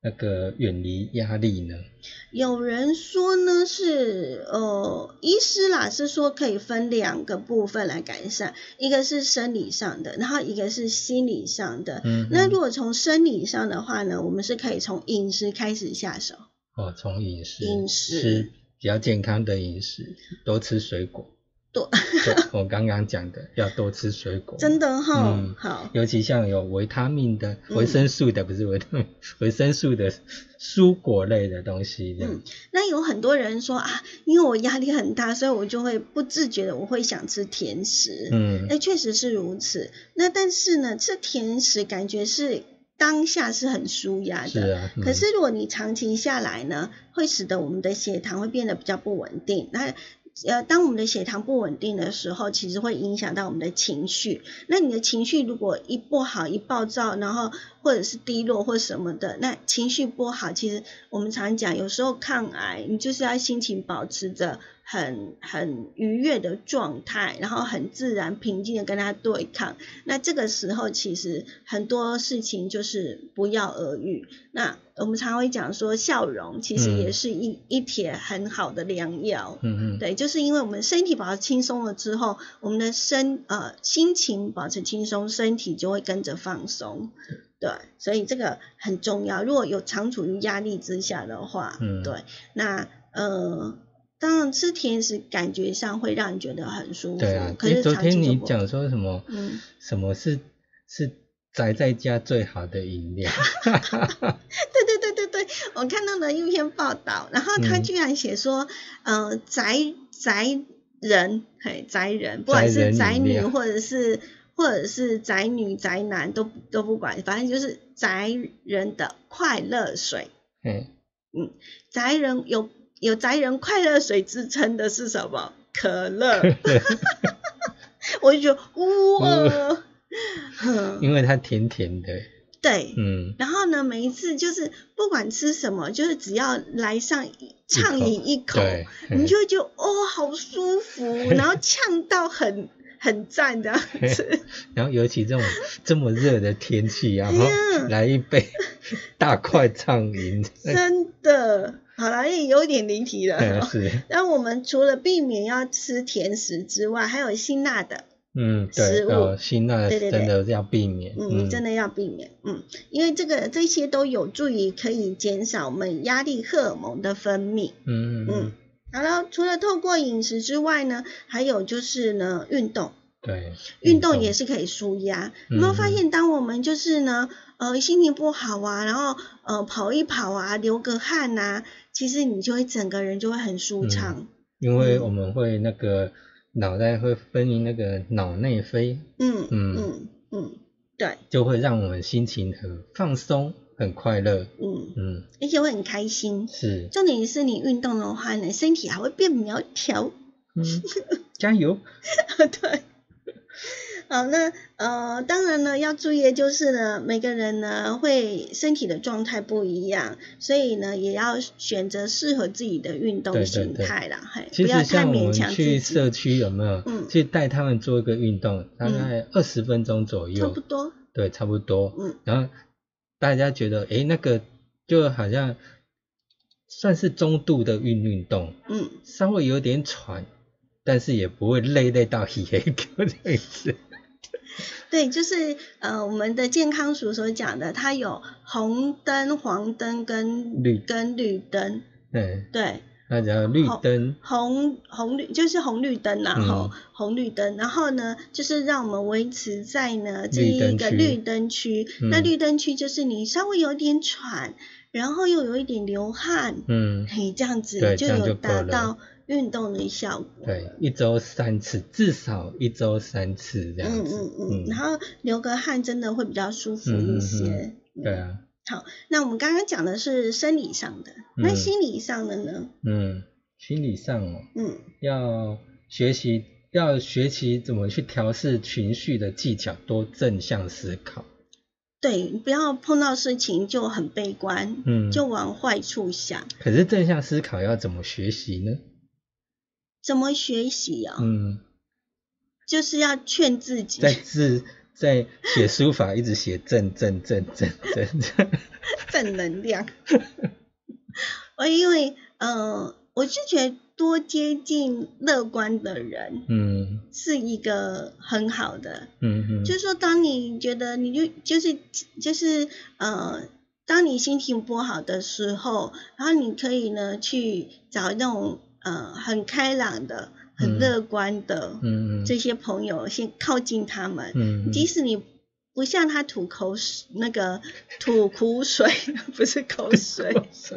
[SPEAKER 1] 那个远离压力呢？
[SPEAKER 2] 有人说呢是呃，医师啦是说可以分两个部分来改善，一个是生理上的，然后一个是心理上的。嗯，那如果从生理上的话呢，我们是可以从饮食开始下手。
[SPEAKER 1] 哦，从饮食，
[SPEAKER 2] 饮食
[SPEAKER 1] 吃比较健康的饮食，多吃水果。
[SPEAKER 2] 多，
[SPEAKER 1] 我刚刚讲的要多吃水果，
[SPEAKER 2] 真的哈、哦嗯，好，
[SPEAKER 1] 尤其像有维他命的、维生素的，嗯、不是维他命，维生素的蔬果类的东西这样。
[SPEAKER 2] 嗯，那有很多人说啊，因为我压力很大，所以我就会不自觉的我会想吃甜食，嗯，那确实是如此。那但是呢，吃甜食感觉是当下是很舒压的，
[SPEAKER 1] 是啊，嗯、
[SPEAKER 2] 可是如果你长期下来呢，会使得我们的血糖会变得比较不稳定。那呃，当我们的血糖不稳定的时候，其实会影响到我们的情绪。那你的情绪如果一不好、一暴躁，然后或者是低落或什么的，那情绪不好，其实我们常讲，有时候抗癌，你就是要心情保持着很很愉悦的状态，然后很自然平静的跟它对抗。那这个时候，其实很多事情就是不药而愈。那我们常会讲说，笑容其实也是一、嗯、一帖很好的良药。嗯嗯，对，就是因为我们身体保持轻松了之后，我们的身呃心情保持轻松，身体就会跟着放松。对，所以这个很重要。如果有常处于压力之下的话，嗯，对，那呃，当然吃甜食感觉上会让你觉得很舒服。
[SPEAKER 1] 对啊，
[SPEAKER 2] 可是
[SPEAKER 1] 昨天你讲说什么？嗯，什么是是宅在家最好的饮料？
[SPEAKER 2] 对对对对对，我看到了一篇报道，然后他居然写说，嗯、呃，宅宅人，嘿，宅人，不管是宅女或者是。或者是宅女宅男都都不管，反正就是宅人的快乐水。嗯嗯，宅人有有宅人快乐水之称的是什么？可乐。我就觉得哇，
[SPEAKER 1] 因为它甜甜的。
[SPEAKER 2] 对，嗯，然后呢，每一次就是不管吃什么，就是只要来上畅饮一口，你就会觉得哦，好舒服，然后呛到很。很赞这样子，
[SPEAKER 1] 然后尤其这种这么热的天气，然后来一杯大块畅饮，
[SPEAKER 2] 真的，好啦，也有点离题了。
[SPEAKER 1] 嗯，是。
[SPEAKER 2] 那我们除了避免要吃甜食之外，还有辛辣的，
[SPEAKER 1] 嗯，食物，哦、辛辣的真的要避免，
[SPEAKER 2] 对对对，嗯，真的要避免，嗯，因为这个这些都有助于可以减少我们压力荷尔蒙的分泌，嗯嗯。嗯好了，除了透过饮食之外呢，还有就是呢，运动。
[SPEAKER 1] 对，
[SPEAKER 2] 运动也是可以舒压。有没有发现，当我们就是呢，呃，心情不好啊，然后呃跑一跑啊，流个汗啊，其实你就会整个人就会很舒畅。
[SPEAKER 1] 嗯、因为我们会那个脑袋会分泌那个脑内啡。嗯嗯
[SPEAKER 2] 嗯嗯，对，
[SPEAKER 1] 就会让我们心情很放松。很快乐，
[SPEAKER 2] 嗯嗯，而且会很开心。
[SPEAKER 1] 是，
[SPEAKER 2] 重点是你运动的话呢，身体还会变苗条。
[SPEAKER 1] 嗯，加油。
[SPEAKER 2] 对。好，那呃，当然呢，要注意的就是呢，每个人呢会身体的状态不一样，所以呢，也要选择适合自己的运动形态啦，嘿，
[SPEAKER 1] 不要太勉强自己。其实像我们去社区有没有，嗯，去带他们做一个运动，大概二十分钟左右，
[SPEAKER 2] 差不多。
[SPEAKER 1] 对，差不多。嗯，然后大家觉得，诶，那个就好像算是中度的运运动，嗯，稍微有点喘，但是也不会累累到黑黑狗这样子。
[SPEAKER 2] 对，就是呃，我们的健康署所讲的，它有红灯、黄灯跟绿跟绿灯。
[SPEAKER 1] 对
[SPEAKER 2] 对，
[SPEAKER 1] 那叫绿灯。
[SPEAKER 2] 红红绿就是红绿灯啦，吼、嗯，红绿灯。然后呢，就是让我们维持在呢这一个绿灯区。那绿灯区就是你稍微有点喘，然后又有一点流汗，嗯，嘿，这样子就有达到运动的效果。
[SPEAKER 1] 对，一周三次，至少一周三次这样子。
[SPEAKER 2] 嗯嗯嗯，然后流个汗真的会比较舒服一些。嗯嗯
[SPEAKER 1] 嗯、对啊。
[SPEAKER 2] 好，那我们刚刚讲的是生理上的，嗯、那心理上的呢？
[SPEAKER 1] 嗯，心理上哦，嗯，要学习要学习怎么去调适情绪的技巧，多正向思考。
[SPEAKER 2] 对，不要碰到事情就很悲观，嗯，就往坏处想。
[SPEAKER 1] 可是正向思考要怎么学习呢？
[SPEAKER 2] 怎么学习啊？嗯，就是要劝自己，
[SPEAKER 1] 在自在写书法一直写正正正正正
[SPEAKER 2] 正能量。我因为呃，我是觉得多接近乐观的人，嗯，是一个很好的，嗯嗯，就是说当你觉得你就就是就是呃。当你心情不好的时候，然后你可以呢去找那种呃很开朗的、很乐观的这些朋友，先靠近他们。嗯，即使你不向他吐口水，那个吐苦水，不是口水。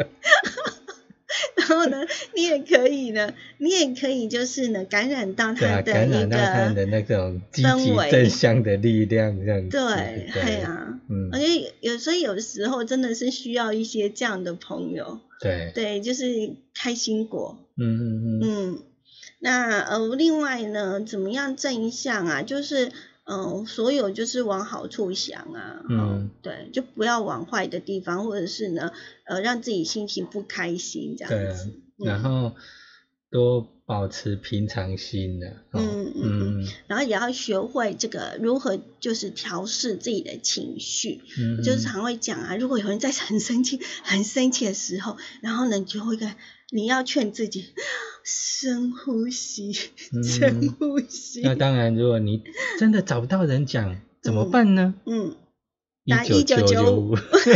[SPEAKER 2] 然后呢，你也可以呢，你也可以就是呢，感染到他的一个氛围，
[SPEAKER 1] 感染到他的那种积极正向的力量，这样子。
[SPEAKER 2] 对，对啊，嗯，而且有时候有时候真的是需要一些这样的朋友。
[SPEAKER 1] 对，
[SPEAKER 2] 对，就是开心果。嗯嗯嗯。嗯，那呃，另外呢，怎么样正向啊？就是嗯，所有就是往好处想啊，嗯，对，就不要往坏的地方，或者是呢，呃，让自己心情不开心这样子。
[SPEAKER 1] 对，然后多保持平常心的，嗯嗯
[SPEAKER 2] 嗯，然后也要学会这个如何就是调试自己的情绪。嗯，就是常会讲啊，如果有人在很生气、很生气的时候，然后呢，你就会跟你要劝自己深呼吸，深呼吸。
[SPEAKER 1] 嗯、那当然，如果你真的找不到人讲，怎么办呢？嗯，
[SPEAKER 2] 打一九九五，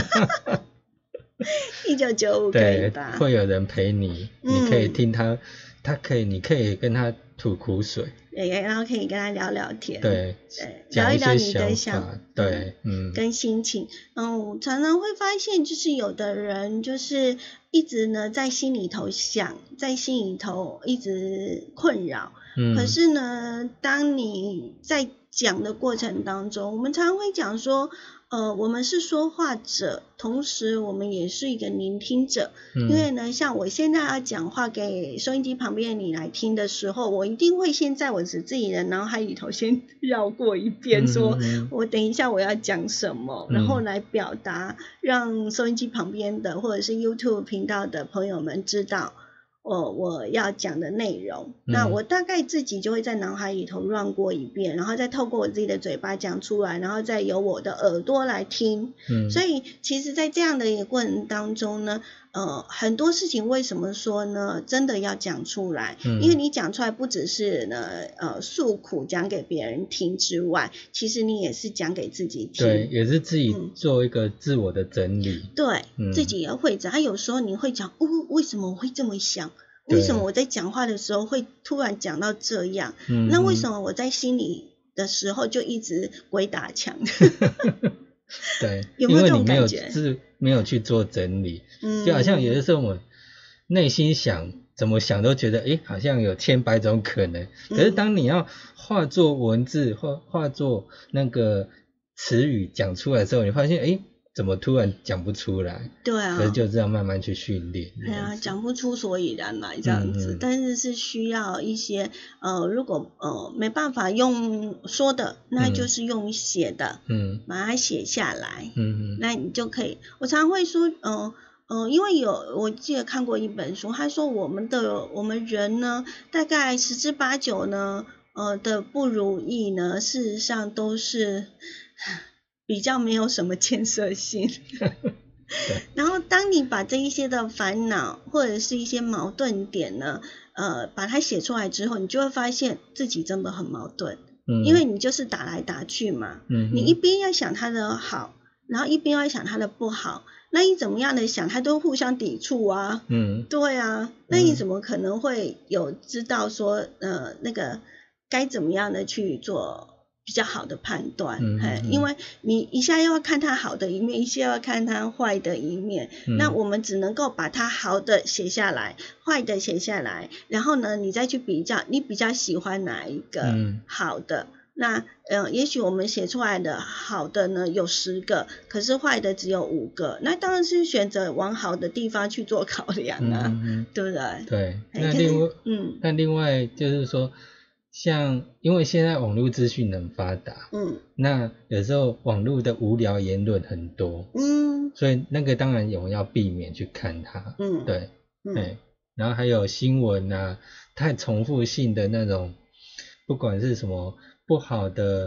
[SPEAKER 2] 一九九五可以吧？
[SPEAKER 1] 对，会有人陪你，嗯、你可以听他，他可以，你可以跟他吐苦水。
[SPEAKER 2] 对，然后可以跟他聊聊天，
[SPEAKER 1] 对，
[SPEAKER 2] 对，聊一聊你的想
[SPEAKER 1] 法，对，嗯，
[SPEAKER 2] 跟心情，嗯，常常会发现，就是有的人就是一直呢在心里头想，在心里头一直困扰，嗯，可是呢，当你在讲的过程当中，我们常常会讲说，呃，我们是说话者，同时我们也是一个聆听者，嗯、因为呢，像我现在要讲话给收音机旁边的你来听的时候，我一定会先在我自己的脑海里头先绕过一遍，说嗯、我等一下我要讲什么，然后来表达，让收音机旁边的或者是 YouTube 频道的朋友们知道。我我要讲的内容，嗯、那我大概自己就会在脑海里头乱过一遍，然后再透过我自己的嘴巴讲出来，然后再由我的耳朵来听。嗯，所以其实在这样的一个过程当中呢，呃，很多事情为什么说呢，真的要讲出来，嗯、因为你讲出来不只是呢呃诉苦讲给别人听之外，其实你也是讲给自己听，
[SPEAKER 1] 对，也是自己做一个自我的整理，
[SPEAKER 2] 嗯、对，嗯、自己也会讲。他有时候你会讲，哦，为什么我会这么想？为什么我在讲话的时候会突然讲到这样？嗯、那为什么我在心里的时候就一直鬼打墙？
[SPEAKER 1] 对，
[SPEAKER 2] 有没有这种感觉？
[SPEAKER 1] 是没有去做整理，嗯、就好像有的时候我内心想怎么想都觉得，哎，好像有千百种可能。可是当你要化作文字或化作那个词语讲出来的时候，你发现，哎。怎么突然讲不出来？
[SPEAKER 2] 对啊，
[SPEAKER 1] 可是就这样慢慢去训练。
[SPEAKER 2] 对啊，讲不出所以然来这样子，嗯嗯但是是需要一些呃，如果呃没办法用说的，那就是用写的，嗯，把它写下来，嗯嗯，那你就可以。我常常会说，呃呃，因为有我记得看过一本书，他说我们的我们人呢，大概十之八九呢，呃的不如意呢，事实上都是。比较没有什么建设性然后当你把这一些的烦恼或者是一些矛盾点呢，呃，把它写出来之后，你就会发现自己真的很矛盾，嗯、因为你就是打来打去嘛，嗯、你一边要想他的好，然后一边要想他的不好，那你怎么样的想，他都互相抵触啊，嗯，对啊，那你怎么可能会有知道说，呃，那个该怎么样的去做？比较好的判断，嗯嗯因为你一下又要看他好的一面，一下要看他坏的一面，嗯、那我们只能够把他好的写下来，坏的写下来，然后呢，你再去比较，你比较喜欢哪一个好的？嗯、那呃，也许我们写出来的好的呢有十个，可是坏的只有五个，那当然是选择往好的地方去做考量啊，嗯嗯对不对？
[SPEAKER 1] 对，那另外，嗯，那另外就是说。像因为现在网络资讯很发达，嗯，那有时候网络的无聊言论很多，嗯，所以那个当然我们要避免去看它，嗯，对，嗯，对，然后还有新闻啊，太重复性的那种，不管是什么不好的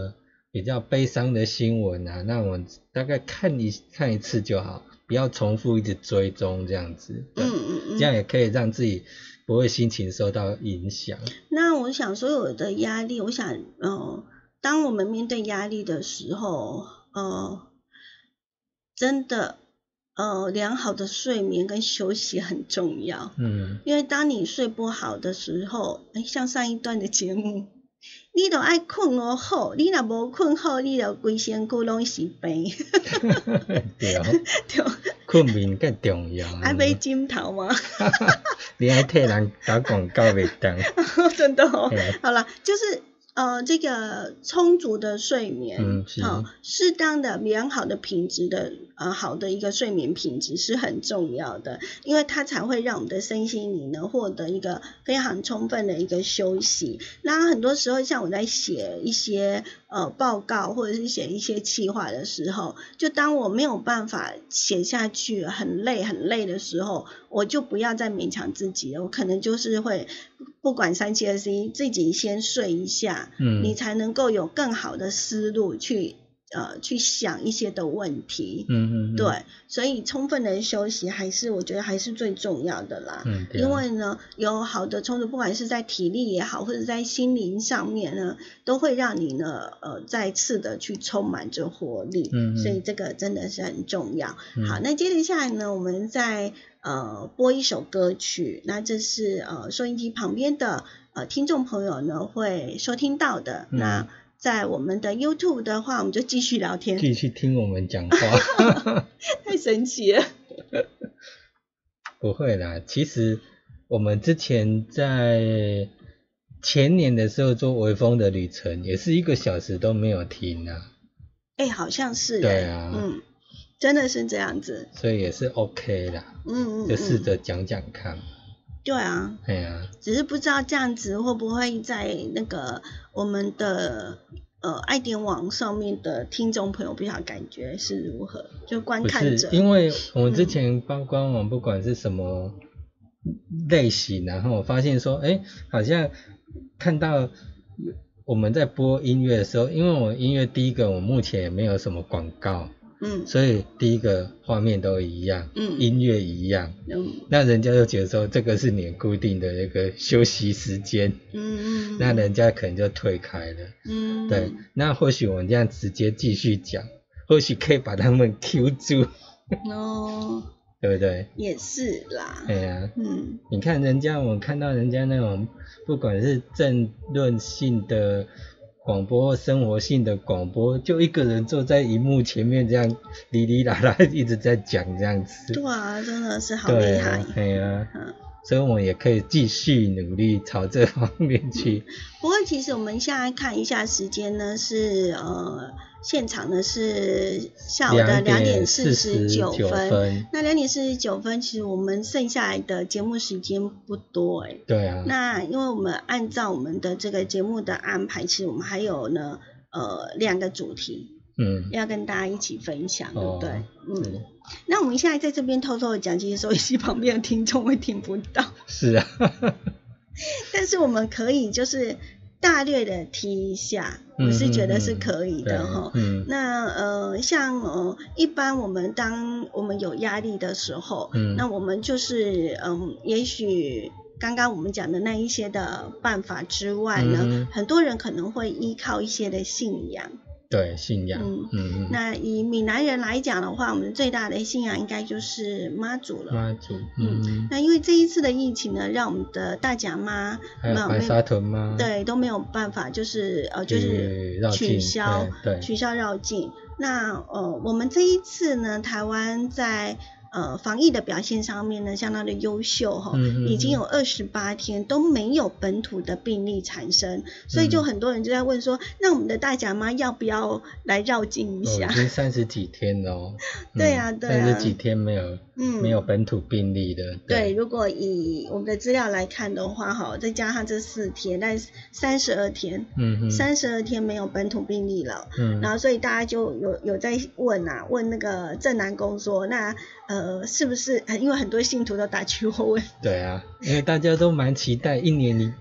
[SPEAKER 1] 比较悲伤的新闻啊，那我大概看一看一次就好，不要重复一直追踪这样子。嗯嗯嗯，这样也可以让自己不会心情受到影响。
[SPEAKER 2] 那我想所有的压力，我想呃，当我们面对压力的时候，呃，真的呃，良好的睡眠跟休息很重要。嗯，因为当你睡不好的时候，哎，像上一段的节目。你就爱困哦好，你若无困好，你就规身躯拢是病。
[SPEAKER 1] 对啊，对，困眠更重要。
[SPEAKER 2] 爱买枕头吗？
[SPEAKER 1] 你爱替人打广告袂当。
[SPEAKER 2] 真的哦。好了，就是呃，这个充足的睡眠，嗯，好，适当的良好的品质的呃好的一个睡眠品质是很重要的，因为它才会让我们的身心灵呢获得一个非常充分的一个休息。那很多时候像我在写一些呃报告或者是写一些企划的时候，就当我没有办法写下去，很累很累的时候，我就不要再勉强自己了，我可能就是会不管三七二十一，自己先睡一下，嗯，你才能够有更好的思路去呃去想一些的问题，嗯嗯，对，所以充分的休息还是我觉得还是最重要的啦，嗯，因为呢有好的充足，不管是在体力也好，或者在心灵上面呢，都会让你呢呃再次的去充满着活力，嗯，所以这个真的是很重要。嗯，好，那接着下来呢，我们在呃播一首歌曲，那这是呃收音机旁边的呃听众朋友呢会收听到的，嗯，那在我们的 YouTube 的话，我们就继续聊天，
[SPEAKER 1] 继续听我们讲话。
[SPEAKER 2] 太神奇了。
[SPEAKER 1] 不会啦，其实我们之前在前年的时候做微风的旅程，也是一个小时都没有停啊。
[SPEAKER 2] 哎，好像是。
[SPEAKER 1] 对啊。
[SPEAKER 2] 嗯，真的是这样子。
[SPEAKER 1] 所以也是 OK 啦。嗯嗯。就试着讲讲看。
[SPEAKER 2] 对啊。
[SPEAKER 1] 对啊。
[SPEAKER 2] 只是不知道这样子会不会在那个我们的呃爱点网上面的听众朋友不晓得感觉是如何，就观看者。
[SPEAKER 1] 不是，因为我们之前帮官网不管是什么类型，然后我发现说，哎，好像看到我们在播音乐的时候，因为我音乐第一个我目前也没有什么广告。嗯，所以第一个画面都一样，嗯，音乐一样，嗯，那人家就觉得说这个是你固定的那个休息时间，嗯嗯，那人家可能就退开了，嗯，对，那或许我们这样直接继续讲，或许可以把他们 Q 住，哦，对不对？
[SPEAKER 2] 也是啦，
[SPEAKER 1] 对啊，嗯，你看人家，我看到人家那种不管是政论性的广播，生活性的广播，就一个人坐在荧幕前面这样哩哩啦啦一直在讲这样子。
[SPEAKER 2] 对啊，真的是好厉害。
[SPEAKER 1] 对啊，嗯，所以我们也可以继续努力朝这方面去。
[SPEAKER 2] 不过其实我们现在看一下时间呢，是呃现场呢是下午的两点四十九分。那两点四十九分，其实我们剩下来的节目时间不多哎、欸。
[SPEAKER 1] 对啊。
[SPEAKER 2] 那因为我们按照我们的这个节目的安排，其实我们还有呢呃两个主题，嗯，要跟大家一起分享，对不对？嗯。嗯，那我们现在在这边偷偷的讲，其实收音机旁边的听众会听不到。
[SPEAKER 1] 是啊。
[SPEAKER 2] 但是我们可以就是大略的提一下，我是觉得是可以的哈。嗯嗯嗯、那呃，像呃，一般我们当我们有压力的时候，嗯、那我们就是嗯，也许刚刚我们讲的那一些的办法之外呢，嗯、很多人可能会依靠一些的信仰。
[SPEAKER 1] 对，信仰。嗯嗯嗯。
[SPEAKER 2] 那以闽南人来讲的话，我们最大的信仰应该就是妈祖了。
[SPEAKER 1] 妈祖。嗯。
[SPEAKER 2] 嗯，那因为这一次的疫情呢，让我们的大甲妈
[SPEAKER 1] 还有白沙屯妈，
[SPEAKER 2] 对，都没有办法，就是呃，就是取消，
[SPEAKER 1] 对，
[SPEAKER 2] 取消绕境。那呃，我们这一次呢，台湾在呃防疫的表现上面呢，相当的优秀哈，嗯嗯、已经有二十八天都没有本土的病例产生，所以就很多人就在问说，嗯、那我们的大甲妈要不要来绕境一下？
[SPEAKER 1] 哦、已经三十几天了哦。
[SPEAKER 2] 对啊，对啊，
[SPEAKER 1] 三十几天没有，嗯，没有本土病例的。
[SPEAKER 2] 对，对，如果以我们的资料来看的话，哈，再加上这四天，但三十二天，嗯，三十二天没有本土病例了，嗯，然后所以大家就有有在问啊，问那个正南宫说，那呃，是不是因为很多信徒都打去问？
[SPEAKER 1] 对啊，因为大家都蛮期待一年里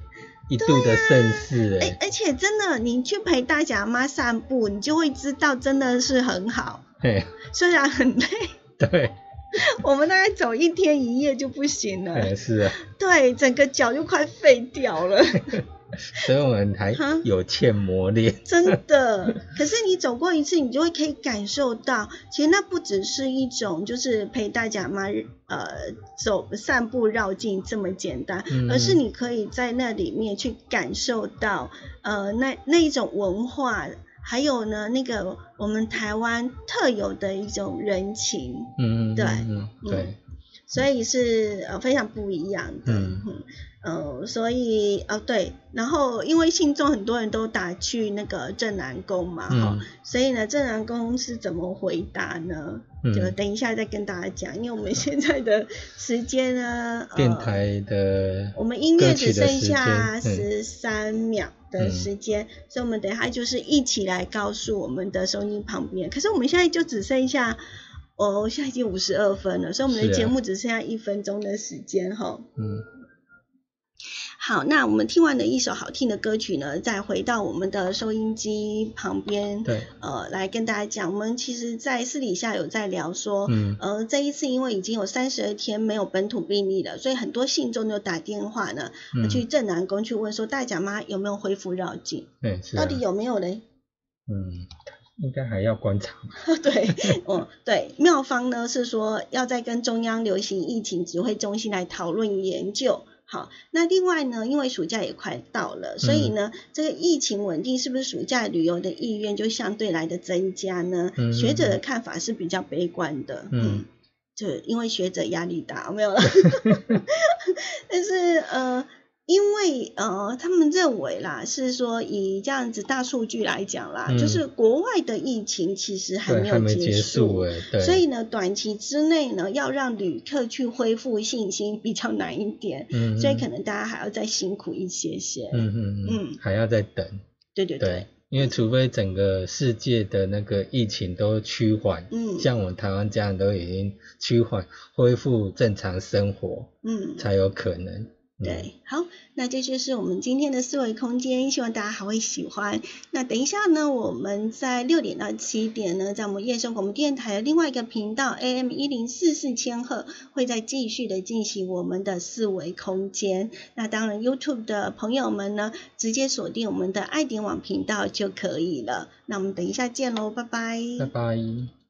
[SPEAKER 1] 一度的盛世哎、
[SPEAKER 2] 啊，而且真的，你去陪大甲妈散步，你就会知道真的是很好。虽然很累。
[SPEAKER 1] 对。
[SPEAKER 2] 我们大概走一天一夜就不行了。
[SPEAKER 1] 哎，是啊。
[SPEAKER 2] 对，整个脚就快废掉了。
[SPEAKER 1] 所以我们还有欠磨练。
[SPEAKER 2] 真的，可是你走过一次，你就会可以感受到，其实那不只是一种就是陪大甲妈呃走散步绕境这么简单，嗯、而是你可以在那里面去感受到呃那那一种文化。还有呢，那个我们台湾特有的一种人情，嗯，对，嗯，对，嗯、所以是呃非常不一样的，嗯，呃，所以呃对，然后因为信众很多人都打去那个正南宫嘛，哈、嗯，所以呢，正南宫是怎么回答呢？嗯、就等一下再跟大家讲，因为我们现在的时间呢，
[SPEAKER 1] 电台的
[SPEAKER 2] 我们音乐只剩下十三秒。的时间、嗯，所以我们等一下就是一起来告诉我们的收音旁边。可是我们现在就只剩下，哦，现在已经五十二分了，所以我们的节目只剩下一分钟的时间哈。嗯。好，那我们听完了一首好听的歌曲呢，再回到我们的收音机旁边，
[SPEAKER 1] 对，
[SPEAKER 2] 呃，来跟大家讲，我们其实在私底下有在聊说，嗯，呃，这一次因为已经有三十二天没有本土病例了，所以很多信众就打电话呢，嗯、去正南宫去问说，大甲妈有没有恢复绕境？
[SPEAKER 1] 对，是、啊，
[SPEAKER 2] 到底有没有嘞？
[SPEAKER 1] 嗯，应该还要观察。
[SPEAKER 2] 对，嗯，对，妙方呢是说要再跟中央流行疫情指挥中心来讨论研究。好，那另外呢，因为暑假也快到了，所以呢，嗯、这个疫情稳定，是不是暑假旅游的意愿就相对来的增加呢？嗯、学者的看法是比较悲观的，嗯，嗯就因为学者压力大，没有了。但是呃。因为呃，他们认为啦，是说以这样子大数据来讲啦，嗯、就是国外的疫情其实还没有结束，
[SPEAKER 1] 对，
[SPEAKER 2] 所以呢，短期之内呢，要让旅客去恢复信心比较难一点，嗯、所以可能大家还要再辛苦一些些，
[SPEAKER 1] 嗯嗯嗯，还要再等，
[SPEAKER 2] 对对对。对
[SPEAKER 1] 因为除非整个世界的那个疫情都趋缓，嗯，像我们台湾这样都已经趋缓，恢复正常生活，嗯，才有可能。
[SPEAKER 2] 对，好，那这就是我们今天的思维空间，希望大家还会喜欢。那等一下呢，我们在六点到七点呢，在我们燕声广播电台的另外一个频道 A M 一零四四千赫，会再继续的进行我们的思维空间。那当然 YouTube 的朋友们呢，直接锁定我们的爱点网频道就可以了。那我们等一下见喽，拜拜，
[SPEAKER 1] 拜拜。